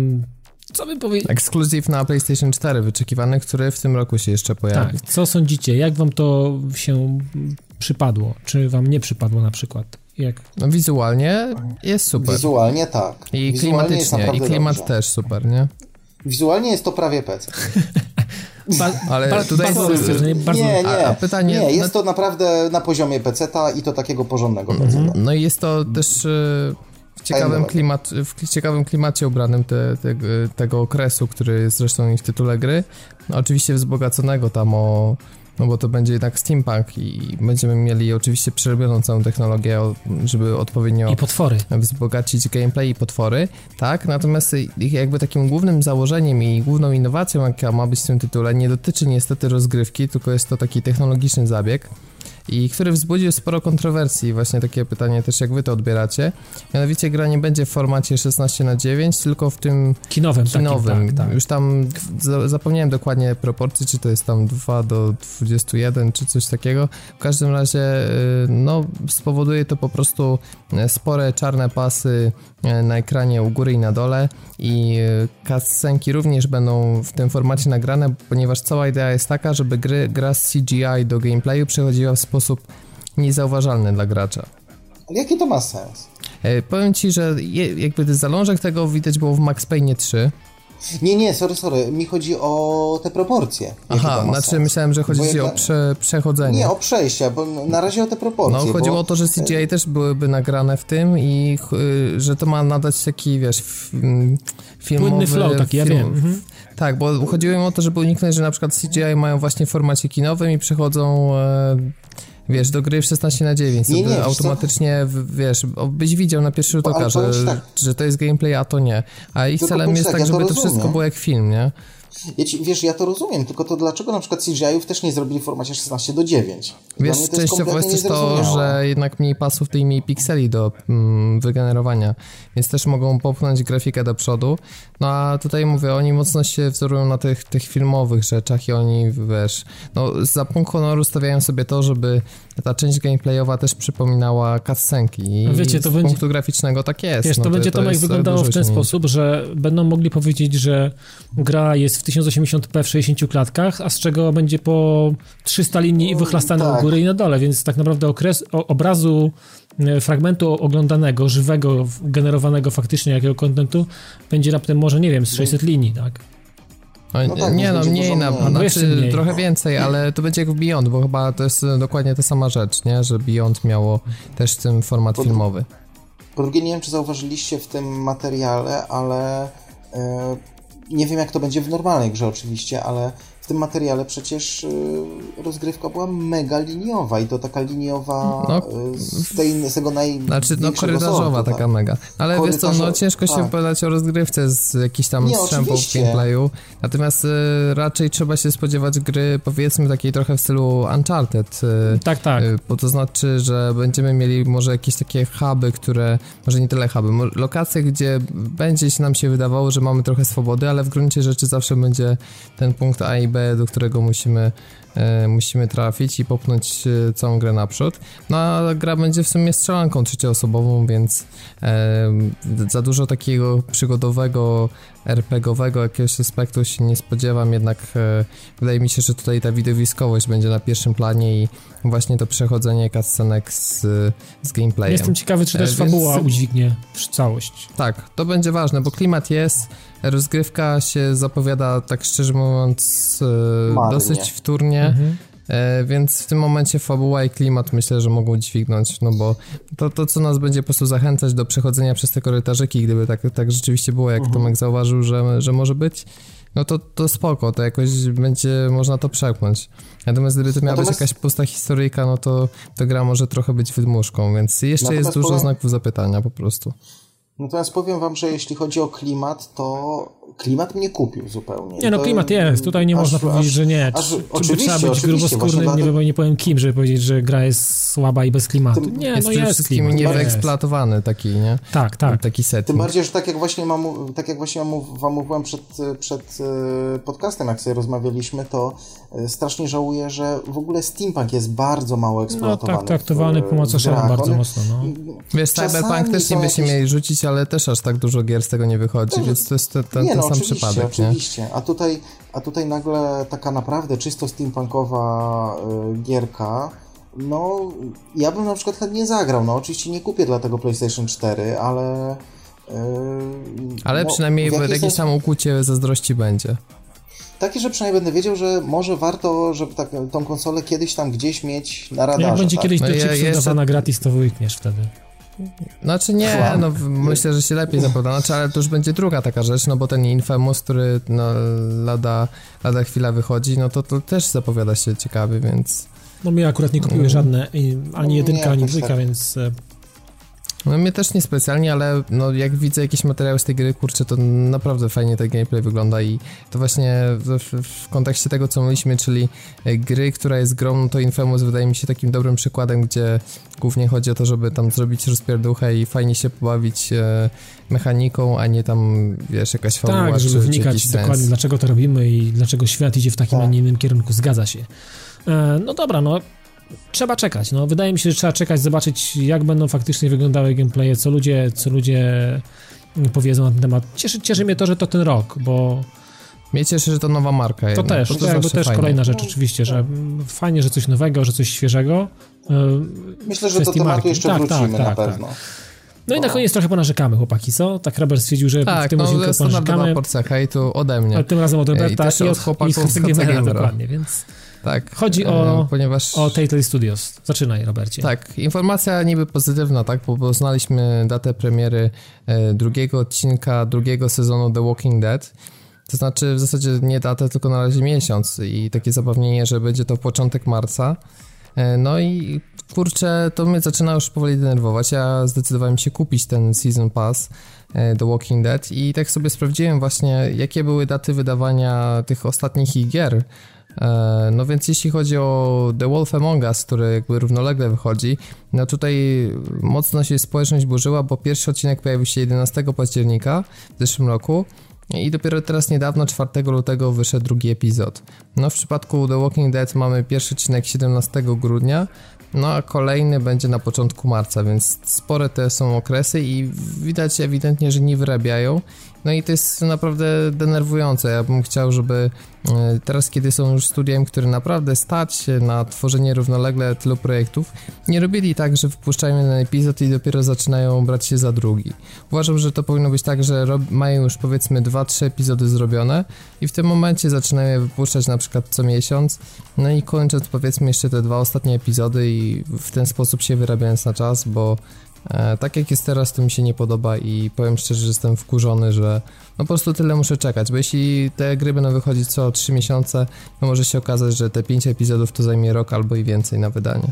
co bym powiedział? Ekskluzyw na PlayStation cztery wyczekiwany, który w tym roku się jeszcze pojawi. Tak, co sądzicie? Jak wam to się przypadło? Czy wam nie przypadło na przykład? Jak? No wizualnie jest super. Wizualnie tak. I wizualnie klimatycznie, i klimat dobrze. Też super, nie? Wizualnie jest to prawie P C. Ba- ale ba- tutaj bardzo jest... rozszerzenie, bardzo... Nie, nie, a, a pytanie... nie, jest to naprawdę na poziomie peceta i to takiego porządnego peceta. Mm-hmm. No i jest to też w ciekawym, klimat, w ciekawym klimacie ubranym te, te, tego okresu, który jest zresztą i w tytule gry. No, oczywiście wzbogaconego tam o... No bo to będzie jednak steampunk i będziemy mieli oczywiście przerobioną całą technologię, żeby odpowiednio I potwory. wzbogacić gameplay i potwory, tak? Natomiast jakby takim głównym założeniem i główną innowacją, jaka ma być w tym tytule, nie dotyczy niestety rozgrywki, tylko jest to taki technologiczny zabieg, i który wzbudził sporo kontrowersji. Właśnie takie pytanie też, jak wy to odbieracie. Mianowicie gra nie będzie w formacie szesnaście na dziewięć, tylko w tym kinowym. kinowym. Takim, tak, tak. Już tam za, zapomniałem dokładnie proporcji, czy to jest tam dwa do dwudziestu jeden, czy coś takiego. W każdym razie no, spowoduje to po prostu spore czarne pasy na ekranie u góry i na dole i cutscenki również będą w tym formacie nagrane, ponieważ cała idea jest taka, żeby gry, gra z C G I do gameplayu przechodziła w sposób niezauważalny dla gracza. Ale jaki to ma sens? E, powiem ci, że je, jakby zalążek tego widać było w Max Payne trzy. Nie, nie, sorry, sorry, mi chodzi o te proporcje. Aha, znaczy sens. Myślałem, że chodzi ci o prze, przechodzenie. Nie, o przejścia, bo na razie o te proporcje. No, chodziło bo... o to, że C G I też byłyby nagrane w tym i y, że to ma nadać taki, wiesz, f, filmowy... Płynny flow taki, film, ja wiem. Mhm. Tak, bo chodziło im o to, żeby uniknąć, że na przykład C G I mają właśnie w formacie kinowym i przechodzą... E, wiesz, do gry w szesnaście na dziewięć, nie, nie, automatycznie, wiesz, byś widział na pierwszy rzut oka, że, tak. że to jest gameplay, a to nie. A ich tylko celem jest tak, ja żeby to, to wszystko było jak film, nie? Ja ci, wiesz, ja to rozumiem, tylko to dlaczego na przykład C G I-ów też nie zrobili w formacie szesnaście do dziewięć? Wiesz, częściowo jest też to, że jednak mniej pasów, to i mniej pikseli do mm, wygenerowania, więc też mogą popchnąć grafikę do przodu. No a tutaj mówię, oni mocno się wzorują na tych, tych filmowych rzeczach i oni, wiesz, no za punkt honoru stawiają sobie to, żeby ta część gameplayowa też przypominała cutscenki i wiecie, to z będzie, punktu graficznego tak jest. Wiesz, to, no, będzie to Tomek wyglądało w ten sposób, że będą mogli powiedzieć, że gra jest w tysiąc osiemdziesiąt p w sześćdziesięciu klatkach, a z czego będzie po trzysta linii i wychlastane tak. u góry i na dole, więc tak naprawdę okres o, obrazu fragmentu oglądanego, żywego, generowanego faktycznie jakiego kontentu będzie raptem może, nie wiem, z sześćset linii, tak? No, No tak, nie, no mniej, na, mniej. znaczy mniej. trochę więcej, ale to będzie jak w Beyond, bo chyba to jest dokładnie ta sama rzecz, nie? Że Beyond miało też ten format Po- filmowy. Po drugie, nie wiem, czy zauważyliście w tym materiale, ale e, nie wiem, jak to będzie w normalnej grze oczywiście, ale w tym materiale przecież e, rozgrywka była mega liniowa i to taka liniowa No, e, z, tej, z tego największego Znaczy, no korytarzowa sortu, taka tak. mega. Ale wiesz co, no Korytarzo- ciężko się tak. wypowiadać o rozgrywce z jakichś tam Nie, strzępów w oczywiście. gameplayu. Natomiast y, raczej trzeba się spodziewać gry, powiedzmy, takiej trochę w stylu Uncharted. Y, Tak, tak. y, Bo to znaczy, że będziemy mieli może jakieś takie huby, które, może nie tyle huby, mo- lokacje, gdzie będzie się nam się wydawało, że mamy trochę swobody, ale w gruncie rzeczy zawsze będzie ten punkt A i B, do którego musimy e, musimy trafić i popchnąć e, całą grę naprzód. No a gra będzie w sumie strzelanką trzecioosobową, więc e, za dużo takiego przygodowego, er pe gie owego jakiegoś aspektu się nie spodziewam, jednak e, wydaje mi się, że tutaj ta widowiskowość będzie na pierwszym planie i właśnie to przechodzenie cutscenek z, z gameplayem. Jestem ciekawy, czy też E, więc- fabuła udźwignie całość. Tak, to będzie ważne, bo klimat jest, rozgrywka się zapowiada, tak szczerze mówiąc, e, Marnie. dosyć wtórnie, Mhm. e, więc w tym momencie fabuła i klimat myślę, że mogą dźwignąć, no bo to, to co nas będzie po prostu zachęcać do przechodzenia przez te korytarzyki, gdyby tak, tak rzeczywiście było, jak Mhm. Tomek zauważył, że, że może być, no to, to spoko, to jakoś będzie można to przepchnąć. Natomiast gdyby to miała Natomiast- być jakaś pusta historyjka, no to, to gra może trochę być wydmuszką, więc jeszcze Natomiast jest dużo powiem- znaków zapytania po prostu. Natomiast powiem wam, że jeśli chodzi o klimat, to klimat mnie kupił zupełnie. Nie no, To- klimat jest, tutaj nie aż- można powiedzieć, aż- że nie. aż- Czy, czy by oczywiście, trzeba być oczywiście, gruboskórnym, właśnie nie, dlatego- wiem, nie powiem kim, żeby powiedzieć, że gra jest słaba i bez klimatu. Tym- Nie, Jest no przede jest wszystkim klimat. jest. niewyeksploatowany taki, nie? Tak, tak. Taki setting. Tym bardziej, że tak jak właśnie, mam, tak jak właśnie mam- wam mówiłem przed, przed e, podcastem, jak sobie rozmawialiśmy, to e, strasznie żałuję, że w ogóle steampunk jest bardzo mało No eksploatowany. tak, traktowany w, po macoszemu w grach. bardzo One- mocno, no. Wiesz, czasami Cyberpunk też są niby się jakieś- mieli rzucić, ale też aż tak dużo gier z tego nie wychodzi, No, więc to jest ten, ten, Nie, ten no sam oczywiście, przypadek, oczywiście. A tutaj, a tutaj nagle taka naprawdę czysto steampunkowa y, gierka, no ja bym na przykład chętnie zagrał, no oczywiście nie kupię dla tego PlayStation cztery, ale... y, nie? Ale no, przynajmniej w jakiś jakieś sposób- tam ukłucie zazdrości będzie. Takie, że przynajmniej będę wiedział, że może warto, żeby tak, tą konsolę kiedyś tam gdzieś mieć na radarze. Jak będzie tak? kiedyś No do ja chipsu jeszcze- dawana gratis, to wyłykniesz wtedy. Znaczy nie, Chłam. no w- myślę, że się lepiej zapowiada, znaczy, ale to już będzie druga taka rzecz, no bo ten Infamous, który no, lada, lada chwila wychodzi, no to, to też zapowiada się ciekawy, więc... No mnie akurat nie kupiły żadne, i- ani No, jedynka, nie, ani jakoś dwójka, tak. więc e, No mnie też niespecjalnie, ale no jak widzę jakieś materiały z tej gry, kurczę, to naprawdę fajnie ten gameplay wygląda i to właśnie w, w, w kontekście tego, co mówiliśmy, czyli e, gry, która jest grą, no to Infamous wydaje mi się takim dobrym przykładem, gdzie głównie chodzi o to, żeby tam zrobić rozpierduchę i fajnie się pobawić e, mechaniką, a nie tam, wiesz, jakaś fabuła tak, czy, żeby czy wnikać jakiś dokładnie, sens. dlaczego to robimy i dlaczego świat idzie w takim, Tak. a nie innym kierunku. Zgadza się. E, no dobra, no trzeba czekać. No, wydaje mi się, że trzeba czekać, zobaczyć, jak będą faktycznie wyglądały gameplaye, co ludzie, co ludzie powiedzą na ten temat. Cieszy, cieszy mnie to, że to ten rok, bo Mnie cieszy, że to nowa marka to jednak, też, bo to jakby zawsze też fajne. kolejna rzecz oczywiście, że mm, fajnie, że coś nowego, że coś świeżego. E, Myślę, że do kwestii tematu marki. jeszcze Tak, wrócimy tak, na tak, pewno. No i na O. koniec trochę ponarzekamy, chłopaki, co? Tak Robert stwierdził, że w Tak, tym no odcinku to standardowa ponarzekamy, porcja hejtu ode mnie. ale tym razem od I Roberta też i od od chłopaków i od z K C Gamera, Gamera. dokładnie, więc Tak. chodzi e, o, ponieważ... o Telltale Studios. Zaczynaj, Robercie. Tak, informacja niby pozytywna, tak, bo poznaliśmy datę premiery e, drugiego odcinka, drugiego sezonu The Walking Dead. To znaczy w zasadzie nie datę, tylko na razie miesiąc i takie zapewnienie, że będzie to początek marca. E, no i kurczę, to mnie zaczyna już powoli denerwować. Ja zdecydowałem się kupić ten Season Pass e, The Walking Dead i tak sobie sprawdziłem właśnie, jakie były daty wydawania tych ostatnich ich gier. E, No więc jeśli chodzi o The Wolf Among Us, który jakby równolegle wychodzi, no tutaj mocno się społeczność burzyła, bo pierwszy odcinek pojawił się jedenastego października w zeszłym roku i dopiero teraz niedawno, czwartego lutego wyszedł drugi epizod. No w przypadku The Walking Dead mamy pierwszy odcinek siedemnastego grudnia, no a kolejny będzie na początku marca, więc spore te są okresy i widać ewidentnie, że nie wyrabiają No i to jest naprawdę denerwujące. Ja bym chciał, żeby teraz, kiedy są już studiem, które naprawdę stać się na tworzenie równolegle tylu projektów, nie robili tak, że wypuszczają jeden epizod i dopiero zaczynają brać się za drugi. Uważam, że to powinno być tak, że rob- mają już powiedzmy dwa trzy epizody zrobione i w tym momencie zaczynają je wypuszczać na przykład co miesiąc, no i kończąc powiedzmy jeszcze te dwa ostatnie epizody i w ten sposób się wyrabiając na czas, bo E, tak jak jest teraz, to mi się nie podoba i powiem szczerze, że jestem wkurzony, że no po prostu tyle muszę czekać, bo jeśli te gry będą wychodzić co trzy miesiące, to może się okazać, że te pięć epizodów to zajmie rok albo i więcej na wydanie.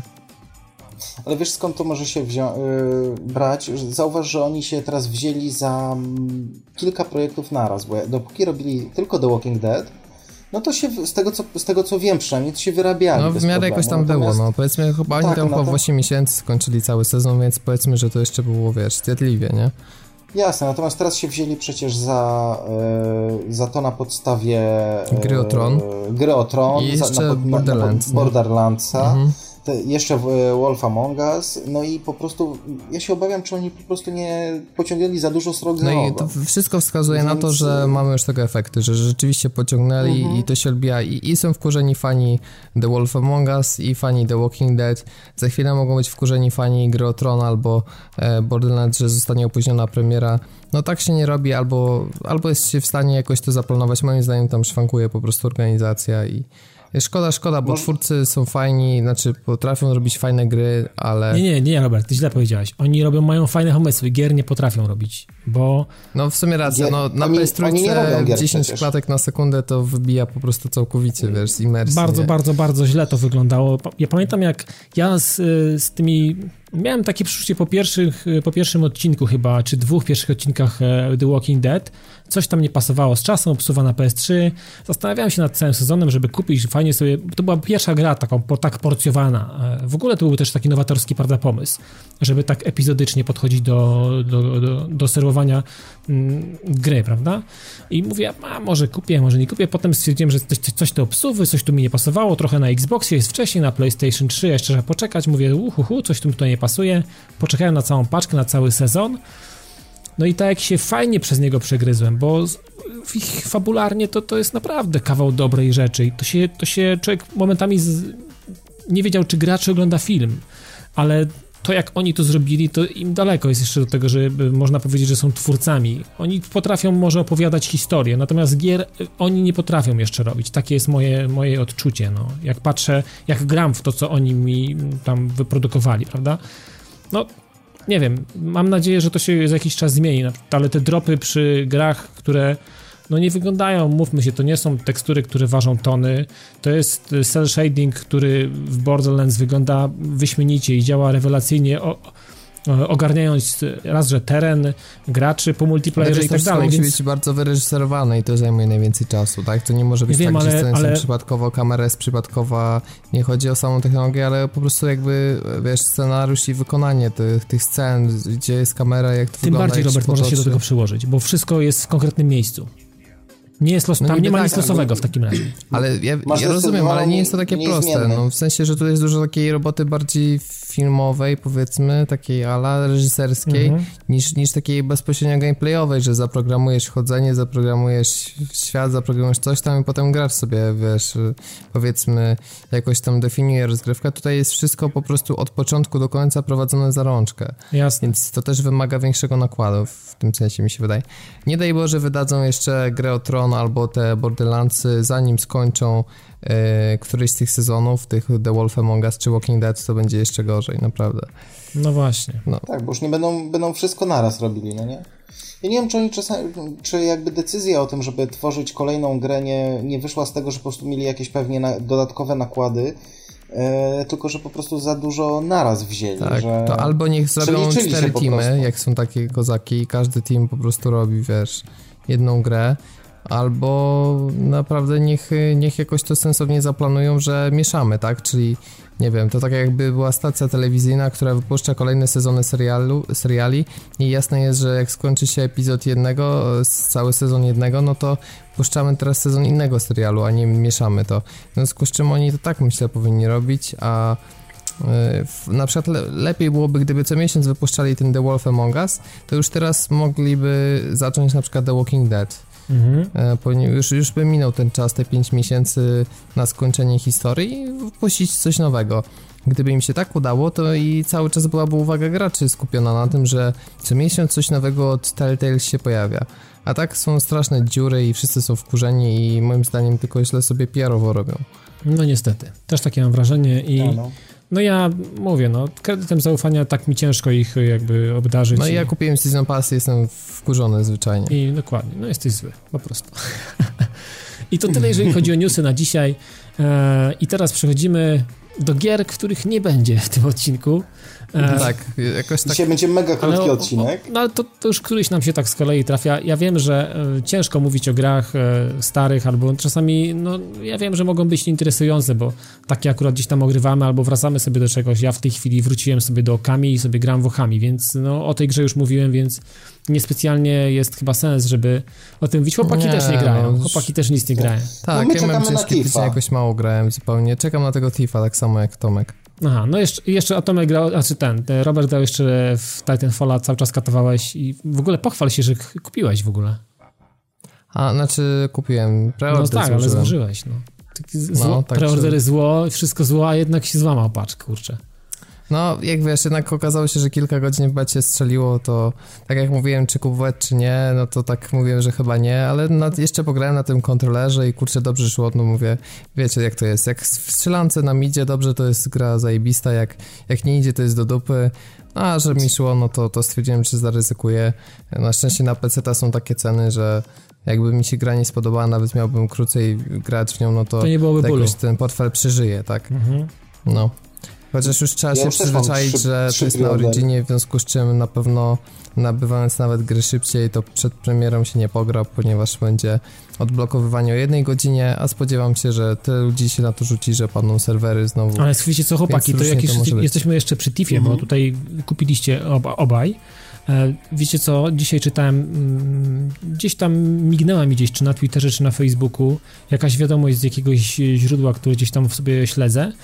Ale wiesz, skąd to może się wzią- yy, brać? Zauważ, że oni się teraz wzięli za mm, kilka projektów naraz, bo dopóki robili tylko The Walking Dead, no to się, z tego co, z tego co wiem przynajmniej, to się wyrabiali. No w miarę jakoś tam Natomiast... było, no powiedzmy chyba oni tak, tam no chyba to... w osiem miesięcy skończyli cały sezon, więc powiedzmy, że to jeszcze było, wiesz, zjadliwie, nie? Jasne, natomiast teraz się wzięli przecież za, yy, za to na podstawie yy, Gry o Tron. Gry o Tron, I jeszcze za, na, Borderlands, na, na Borderlandsa. Mhm. Te, jeszcze w e, Wolf Among Us, no i po prostu ja się obawiam, czy oni po prostu nie pociągnęli za dużo srok za No i to wszystko wskazuje Więc... na to, że mamy już tego efekty, że rzeczywiście pociągnęli mhm. i to się odbija i, i są wkurzeni fani The Wolf Among Us i fani The Walking Dead. Za chwilę mogą być wkurzeni fani Gry o Tron albo e, Borderlands, że zostanie opóźniona premiera. No tak się nie robi, albo, albo jest się w stanie jakoś to zaplanować. Moim zdaniem tam szwankuje po prostu organizacja i szkoda, szkoda, bo Może... twórcy są fajni, znaczy potrafią robić fajne gry, ale... Nie, nie, nie, Robert, ty źle powiedziałeś. Oni robią, mają fajne pomysły, gier nie potrafią robić, bo... No w sumie racja, no na P S trzy dziesięć przecież. Klatek na sekundę to wybija po prostu całkowicie, wiesz, z imersji. Bardzo, nie? bardzo, bardzo źle to wyglądało. Ja pamiętam, jak ja z, z tymi... Miałem takie przeczucie po, pierwszych, po pierwszym odcinku chyba, czy dwóch pierwszych odcinkach The Walking Dead. Coś tam nie pasowało z czasem, obsuwa na P S trzy. Zastanawiałem się nad całym sezonem, żeby kupić fajnie sobie... To była pierwsza gra taką, po, tak porcjowana. W ogóle to był też taki nowatorski, prawda, pomysł, żeby tak epizodycznie podchodzić do, do, do, do serwowania mm, gry, prawda? I mówię, a może kupię, może nie kupię. Potem stwierdziłem, że coś, coś to obsuwy, coś tu mi nie pasowało. Trochę na Xboxie jest wcześniej, na PlayStation trzy, jeszcze trzeba poczekać. Mówię, uhuhu, coś tu mi tutaj nie pasuje. Poczekałem na całą paczkę, na cały sezon. No i tak jak się fajnie przez niego przegryzłem, bo fabularnie to, to jest naprawdę kawał dobrej rzeczy i to się, to się człowiek momentami z... nie wiedział, czy gra, czy ogląda film, ale to jak oni to zrobili, to im daleko jest jeszcze do tego, że można powiedzieć, że są twórcami. Oni potrafią może opowiadać historię, natomiast gier oni nie potrafią jeszcze robić. Takie jest moje, moje odczucie, no. Jak patrzę, jak gram w to, co oni mi tam wyprodukowali, prawda? No, nie wiem, mam nadzieję, że to się za jakiś czas zmieni, ale te dropy przy grach, które no nie wyglądają, mówmy się, to nie są tekstury, które ważą tony, to jest cel shading, który w Borderlands wygląda wyśmienicie i działa rewelacyjnie, o, o, ogarniając raz, że teren, graczy po multiplayerze i tak dalej. Musi więc... być bardzo wyreżyserowane i to zajmuje najwięcej czasu, tak? To nie może być wiem, tak, ale, że sceny ale... są przypadkowo, kamera jest przypadkowa, nie chodzi o samą technologię, ale po prostu jakby, wiesz, scenariusz i wykonanie tych, tych scen, gdzie jest kamera, jak to Tym wygląda. Tym bardziej, Robert, może się do tego przyłożyć, bo wszystko jest w konkretnym miejscu. Nie jest los, no tam nie ma tak, nic losowego w takim razie. Ale ja, ja rozumiem, ale nie jest to takie proste. No, w sensie, że tu jest dużo takiej roboty bardziej filmowej, powiedzmy, takiej ala reżyserskiej, mhm. niż, niż takiej bezpośrednio gameplayowej, że zaprogramujesz chodzenie, zaprogramujesz świat, zaprogramujesz coś tam i potem grasz sobie, wiesz, powiedzmy, jakoś tam definiuje rozgrywkę. Tutaj jest wszystko po prostu od początku do końca prowadzone za rączkę. Jasne. Więc to też wymaga większego nakładu, w tym sensie mi się wydaje. Nie daj Boże, wydadzą jeszcze grę o Tron albo te Borderlandsy, zanim skończą e, któryś z tych sezonów, tych The Wolf Among Us czy Walking Dead, to będzie jeszcze gorzej, naprawdę. No właśnie. No. Tak, bo już nie będą, będą wszystko naraz robili, no nie? Ja nie wiem, czy oni czasami, czy jakby decyzja o tym, żeby tworzyć kolejną grę nie, nie wyszła z tego, że po prostu mieli jakieś pewnie na, dodatkowe nakłady, e, tylko że po prostu za dużo naraz wzięli. Tak, że to albo niech zrobią cztery teamy, jak są takie kozaki i każdy team po prostu robi, wiesz, jedną grę, albo naprawdę niech, niech jakoś to sensownie zaplanują, że mieszamy, tak, czyli nie wiem, to tak jakby była stacja telewizyjna, która wypuszcza kolejne sezony serialu, seriali i jasne jest, że jak skończy się epizod jednego, cały sezon jednego, no to puszczamy teraz sezon innego serialu, a nie mieszamy to. W związku z czym oni to tak, myślę, powinni robić, a Na przykład le- lepiej byłoby, gdyby co miesiąc wypuszczali ten The Wolf Among Us, to już teraz mogliby zacząć na przykład The Walking Dead. Mhm. Już, już by minął ten czas, te pięć miesięcy na skończenie historii i wpuścić coś nowego. Gdyby im się tak udało, to i cały czas byłaby uwaga graczy skupiona na tym, że co miesiąc coś nowego od Telltale się pojawia. A tak są straszne dziury i wszyscy są wkurzeni i moim zdaniem tylko źle sobie P R-owo robią. No niestety, też takie mam wrażenie i no, no. no ja mówię, no kredytem zaufania tak mi ciężko ich jakby obdarzyć. No i ja kupiłem Season Pass i jestem wkurzony zwyczajnie. I dokładnie, no jesteś zły, po prostu. I to tyle, jeżeli chodzi o newsy na dzisiaj. E, I teraz przechodzimy do gier, których nie będzie w tym odcinku. E, tak, jakoś tak. Dzisiaj będzie mega krótki ale, odcinek. O, no ale to, to już któryś nam się tak z kolei trafia. Ja wiem, że e, ciężko mówić o grach e, starych, albo czasami, no ja wiem, że mogą być interesujące, bo takie akurat gdzieś tam ogrywamy, albo wracamy sobie do czegoś. Ja w tej chwili wróciłem sobie do Okami i sobie gram w Okami, więc no o tej grze już mówiłem, więc niespecjalnie jest chyba sens, żeby o tym mówić. Chłopaki nie, też nie grają. Chłopaki też nic nie grają. Tak, no ja mam ciężkie tydzień, jakoś mało grałem zupełnie. Czekam na tego Thiefa, tak samo jak Tomek. Aha, no jeszcze, jeszcze o Tomek grał, znaczy ten, Robert grał jeszcze w Titanfalla, cały czas katowałeś i w ogóle pochwal się, że kupiłeś w ogóle. A, znaczy kupiłem, preorder No tak, złożyłem. ale złożyłeś, no. Zło, no tak, preordery zło, wszystko zło, a jednak się złamał patch, kurczę. No, jak wiesz, jednak okazało się, że kilka godzin w becie strzeliło, to tak jak mówiłem, czy kupować, czy nie, no to tak mówiłem, że chyba nie, ale nad, jeszcze pograłem na tym kontrolerze i kurczę, dobrze szło, no mówię, wiecie jak to jest, jak w strzelance nam idzie dobrze, to jest gra zajebista, jak, jak nie idzie, to jest do dupy, a że mi szło, no to, to stwierdziłem, czy zaryzykuję. Na szczęście na peceta są takie ceny, że jakby mi się gra nie spodobała, nawet miałbym krócej grać w nią, no to, to nie byłoby jakoś bólu. ten portfel przeżyje, tak? Mhm. No. Chociaż już trzeba ja się już przyzwyczaić, trzy, że trzy to jest na Originie, w związku z czym na pewno nabywając nawet gry szybciej, to przed premierą się nie pogra, ponieważ będzie odblokowywanie o jednej godzinie, a spodziewam się, że tyle ludzi się na to rzuci, że padną serwery znowu. Ale wiecie co, chłopaki, to jak jeszcze, to jesteśmy jeszcze przy Tiffie, mhm. bo tutaj kupiliście oba, obaj. E, wiecie co, dzisiaj czytałem, mm, gdzieś tam mignęła mi gdzieś, czy na Twitterze, czy na Facebooku, jakaś wiadomość z jakiegoś źródła, które gdzieś tam sobie śledzę,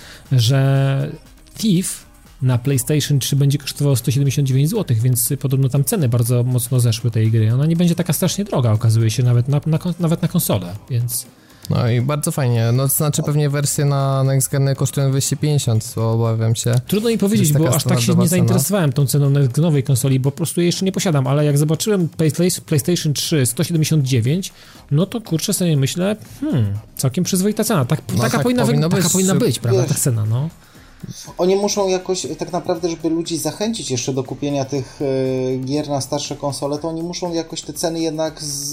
że Thief na PlayStation trzy będzie kosztował sto siedemdziesiąt dziewięć złotych, więc podobno tam ceny bardzo mocno zeszły tej gry. Ona nie będzie taka strasznie droga, okazuje się, nawet na, na, nawet na konsolę, więc... No i bardzo fajnie, no to znaczy pewnie wersje na Next Geny kosztują dwieście pięćdziesiąt, bo obawiam się. Trudno mi powiedzieć, bo aż tak się nie zainteresowałem tą ceną Next Genowej konsoli, bo po prostu jej jeszcze nie posiadam, ale jak zobaczyłem PlayStation trzy sto siedemdziesiąt dziewięć, no to kurczę sobie myślę, hmm, całkiem przyzwoita cena, tak, no taka, tak powinna, powinno taka być, powinna być, prawda, ta cena, no. Oni muszą jakoś, tak naprawdę, żeby ludzi zachęcić jeszcze do kupienia tych y, gier na starsze konsole, to oni muszą jakoś te ceny jednak z,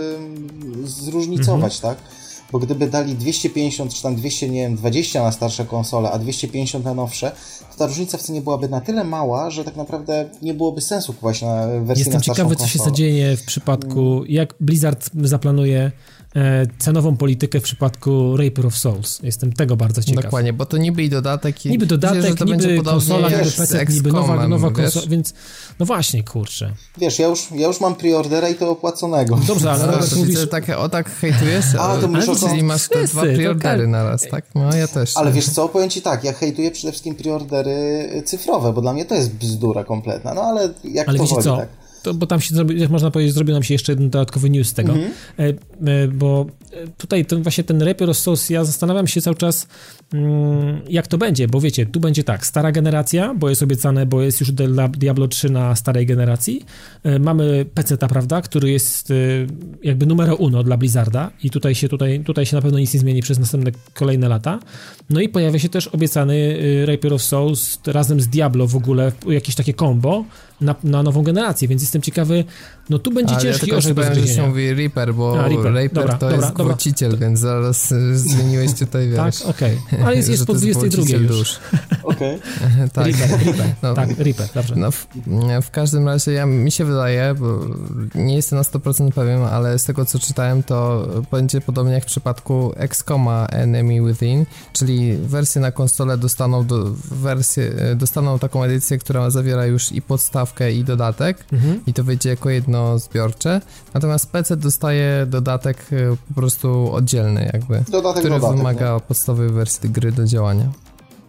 y, zróżnicować, mhm. tak? Bo gdyby dali dwieście pięćdziesiąt czy tam dwieście, nie wiem, dwadzieścia na starsze konsole, a dwieście pięćdziesiąt na nowsze, to ta różnica w cenie byłaby na tyle mała, że tak naprawdę nie byłoby sensu kupować na wersję na starszą konsolę. Jestem ciekawy, co się zadzieje w przypadku, jak Blizzard zaplanuje e, cenową politykę w przypadku Reaper of Souls. Jestem tego bardzo ciekaw. Dokładnie, bo to niby i dodatek. I niby dodatek, wiesz, to niby konsola, niby P C, niby nowa, nowa konsola, więc no właśnie, kurczę. Wiesz, ja już, ja już mam preordera i to opłaconego. Dobrze, ale Robert no, mówisz... Tak, o tak hejtujesz? A, to muszę... Czyli masz te dwa preordery naraz, tak? No ja też. Ale wiesz co, powiem ci tak, ja hejtuję przede wszystkim preordery cyfrowe, bo dla mnie to jest bzdura kompletna, no ale jak ale to wiecie chodzi, co? tak? To, bo tam się zrobi, jak można powiedzieć, zrobił nam się jeszcze jeden dodatkowy news z tego, mm-hmm. e, e, bo tutaj ten, właśnie ten Reaper of Souls, ja zastanawiam się cały czas, mm, jak to będzie, bo wiecie, tu będzie tak, stara generacja, bo jest obiecane, bo jest już Diablo trzy na starej generacji, e, mamy peceta, prawda, który jest e, jakby numero uno dla Blizzarda i tutaj się, tutaj, tutaj się na pewno nic nie zmieni przez następne kolejne lata, no i pojawia się też obiecany e, Reaper of Souls razem z Diablo w ogóle, jakieś takie combo na, na nową generację, więc jestem ciekawy, no tu będzie ale ciężki ja orzech do zgryzienia. że się mówi Reaper, bo A, Reaper, Reaper dobra, to dobra, jest dobra. gwałciciel, więc zaraz y, zmieniłeś tutaj, wiesz. Tak, okej. Okay. Ale jest, jest po dwudziestej drugiej już. Okej. Okay. tak. Reaper, Reaper. No, tak, Reaper, dobrze. No, w, w każdym razie ja, mi się wydaje, bo nie jestem na sto procent pewien, ale z tego co czytałem, to będzie podobnie jak w przypadku X COMa Enemy Within, czyli wersję na konsolę dostaną do, wersję, dostaną taką edycję, która zawiera już i podstawkę i dodatek mhm. i to wyjdzie jako jedno zbiorcze, natomiast P C dostaje dodatek po prostu oddzielny jakby, dodatek, który dodatek, wymaga nie? podstawowej wersji gry do działania.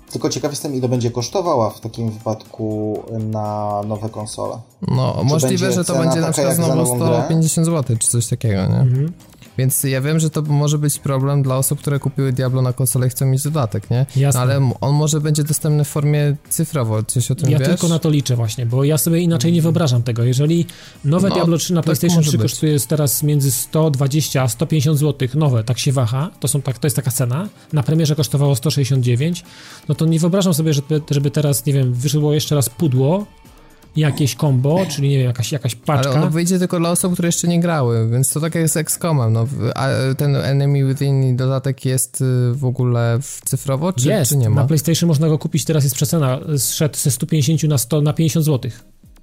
Tylko ciekaw jestem, ile będzie kosztowała w takim wypadku na nowe konsole. No, Czy możliwe, że to będzie na przykład znowu sto pięćdziesiąt złotych, czy coś takiego, nie? Mhm. Więc ja wiem, że to może być problem dla osób, które kupiły Diablo na konsolę i chcą mieć dodatek, nie? Jasne. No, ale on może będzie dostępny w formie cyfrowo, coś o tym ja wiesz? Ja tylko na to liczę właśnie, bo ja sobie inaczej nie wyobrażam tego. Jeżeli nowe no, Diablo trzy na PlayStation trzy być. kosztuje teraz między sto dwadzieścia a sto pięćdziesiąt złotych, nowe, tak się waha, to, są tak, to jest taka cena, na premierze kosztowało sto sześćdziesiąt dziewięć, no to nie wyobrażam sobie, żeby, żeby teraz, nie wiem, wyszło jeszcze raz pudło, jakieś combo, czyli nie wiem, jakaś, jakaś paczka. Ale ono wyjdzie tylko dla osób, które jeszcze nie grały, więc to tak jak z X COMem, no, a ten Enemy Within dodatek jest w ogóle cyfrowo, czy, jest, czy nie ma? Na PlayStation można go kupić, teraz jest przecena, zszedł ze sto pięćdziesiąt na sto, na pięćdziesiąt złotych.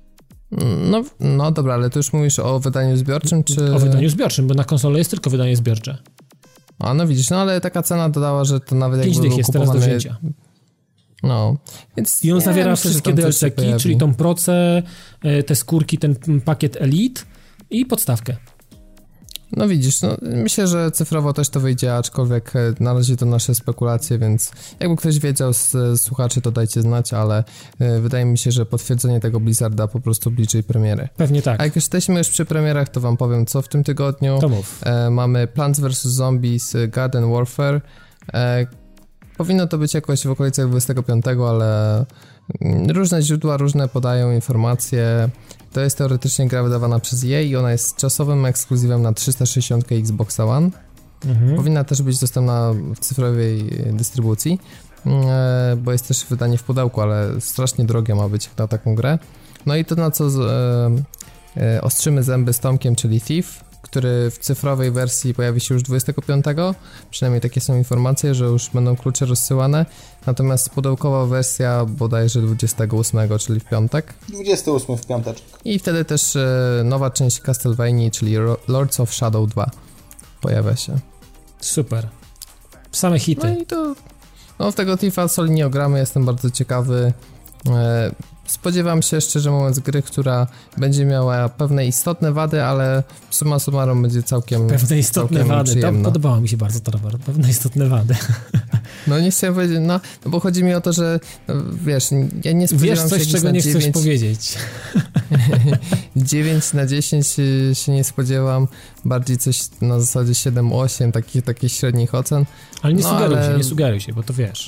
No, no dobra, ale ty już mówisz o wydaniu zbiorczym, czy... O wydaniu zbiorczym, bo na konsolę jest tylko wydanie zbiorcze. A no widzisz, no ale taka cena dodała, że to nawet pięć jakby dych jest teraz do wzięcia. No, więc i on nie, zawiera myślę, wszystkie D L C-ki, czyli tą procę, te skórki, ten pakiet Elite i podstawkę. No widzisz, no myślę, że cyfrowo też to wyjdzie, aczkolwiek na razie to nasze spekulacje, więc jakby ktoś wiedział z, z słuchaczy, to dajcie znać, ale y, wydaje mi się, że potwierdzenie tego Blizzarda po prostu bliżej premiery. Pewnie tak. A jak już jesteśmy już przy premierach, to wam powiem, co w tym tygodniu. To mów. E, mamy Plants versus. Zombies Garden Warfare. E, Powinno to być jakoś w okolicach dwudziestego piątego, ale różne źródła, różne podają informacje. To jest teoretycznie gra wydawana przez E A i ona jest czasowym ekskluzywem na trzysta sześćdziesiąt Xbox One. Mhm. Powinna też być dostępna w cyfrowej dystrybucji, bo jest też wydanie w pudełku, ale strasznie drogie ma być na taką grę. No i to, na co z, e, e, ostrzymy zęby z Tomkiem, czyli Thief, który w cyfrowej wersji pojawi się już dwudziestego piątego, przynajmniej takie są informacje, że już będą klucze rozsyłane, natomiast pudełkowa wersja bodajże dwudziestego ósmego, czyli w piątek. dwudziesty ósmy w piąteczek. I wtedy też e, nowa część Castlevanii, czyli Lords of Shadow dwa pojawia się. Super. Same hity. No i to... No w tego Thiefa solidnie ogramy, jestem bardzo ciekawy. E, Spodziewam się, szczerze mówiąc, gry, która będzie miała pewne istotne wady, ale summa summarum będzie całkiem Pewne istotne całkiem wady, to podobało mi się bardzo to, Robert, pewne istotne wady. No nie chciałem powiedzieć, no, no bo chodzi mi o to, że no, wiesz, ja nie spodziewam wiesz coś, się czego nie dziewięć chcesz powiedzieć. dziewięć na dziesięć się nie spodziewam, bardziej coś na zasadzie siedem osiem, takich, takich średnich ocen. Ale nie no, sugeruj ale... się, nie sugeruj się, bo to wiesz.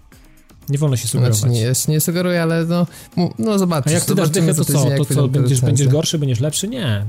Nie wolno się sugerować. Znaczy nie, ja się nie sugeruję, ale no, no zobaczysz. A jak ty dasz dychę, to co? To co, będziesz, będziesz gorszy, będziesz lepszy? Nie.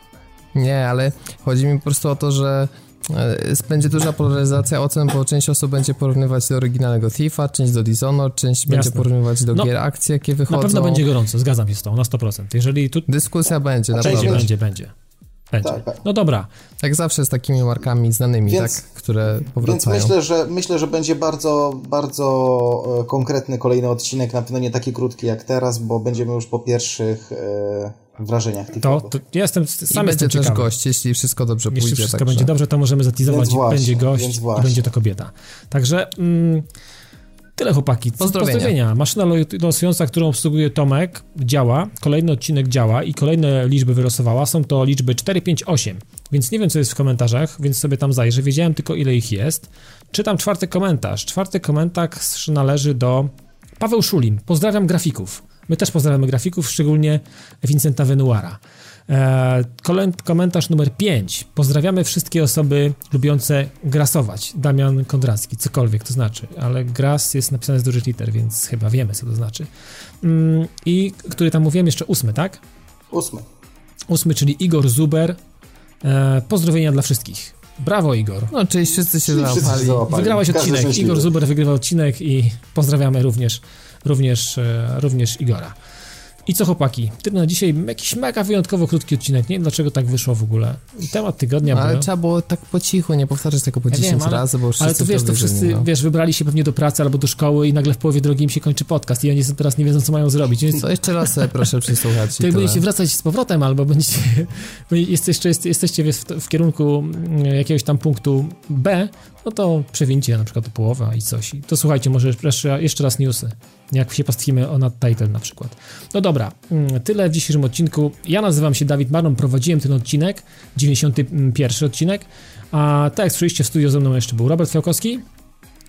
Nie, ale chodzi mi po prostu o to, że będzie duża polaryzacja ocen, bo część osób będzie porównywać do oryginalnego Thiefa, część do Dishonored, część Jasne. będzie porównywać do no, gier akcji, jakie wychodzą. Na pewno będzie gorąco, zgadzam się z tą, na sto procent. Jeżeli tu... Dyskusja będzie, na naprawdę. Będzie, będzie, będzie. Będzie. Tak, tak. No dobra. Jak zawsze z takimi markami znanymi, więc, tak, które powracają. Więc myślę, że myślę, że będzie bardzo, bardzo konkretny kolejny odcinek, na pewno nie taki krótki jak teraz, bo będziemy już po pierwszych e, wrażeniach. To, to ja jestem sam I będzie jestem też ciekawy. gość, jeśli wszystko dobrze jeśli pójdzie. Jeśli wszystko także... będzie dobrze, to możemy zatizować, właśnie, będzie gość i będzie to kobieta. Także... Mm, tyle, chłopaki. Pozdrowienia. Pozdrowienia. Maszyna losująca, którą obsługuje Tomek, działa. Kolejny odcinek działa i kolejne liczby wylosowała. Są to liczby cztery, pięć, osiem. Więc nie wiem, co jest w komentarzach, więc sobie tam zajrzę. Wiedziałem tylko, ile ich jest. Czytam czwarty komentarz. Czwarty komentarz należy do Paweł Szulin. Pozdrawiam grafików. My też pozdrawiamy grafików, szczególnie Vincenta Venuara. Eee, komentarz numer pięć. Pozdrawiamy wszystkie osoby lubiące grasować. Damian Kondracki, cokolwiek to znaczy, ale gras jest napisane z dużych liter, więc chyba wiemy, co to znaczy. Mm, I który tam mówiłem, jeszcze ósmy, tak? Ósmy. Ósmy, czyli Igor Zuber. Eee, pozdrowienia dla wszystkich. Brawo, Igor. No, czyli wszyscy się załapali. Wygrałeś odcinek. szczęśliwy. Igor Zuber wygrywa odcinek i pozdrawiamy również, również, e, również Igora. I co, chłopaki? Tyle na dzisiaj. Jakiś mega wyjątkowo krótki odcinek. Nie wiem, dlaczego tak wyszło w ogóle. Temat tygodnia no, ale był... trzeba było tak po cichu, nie powtarzać tego po ja dziesięć wiem, ale, razy, bo już ale to wiesz, to wszyscy, no. wiesz, wybrali się pewnie do pracy albo do szkoły i nagle w połowie drogi im się kończy podcast i oni teraz nie wiedzą, co mają zrobić. Więc... To jeszcze raz sobie proszę przysłuchać. To jak będziecie wracać z powrotem albo będziecie, jesteście, jesteście w, w kierunku jakiegoś tam punktu B, no to przewincie na przykład do połowy i coś. I to słuchajcie, może jeszcze, jeszcze raz newsy, jak się pastwimy o nadtitle na przykład. No dobra, tyle w dzisiejszym odcinku. Ja nazywam się Dawid Marnon, prowadziłem ten odcinek, dziewięćdziesiąty pierwszy odcinek, a tak jak słyszeliście, w studiu ze mną jeszcze był Robert Fiałkowski.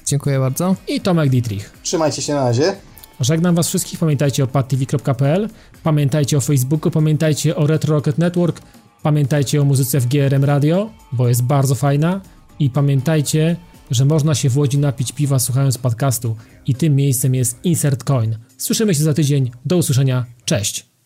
Dziękuję bardzo. I Tomek Dietrich. Trzymajcie się na razie. Żegnam was wszystkich, pamiętajcie o pad t v kropka p l, pamiętajcie o Facebooku, pamiętajcie o Retro Rocket Network, pamiętajcie o muzyce w G R M Radio, bo jest bardzo fajna i pamiętajcie, że można się w Łodzi napić piwa słuchając podcastu i tym miejscem jest Insert Coin. Słyszymy się za tydzień, do usłyszenia, cześć!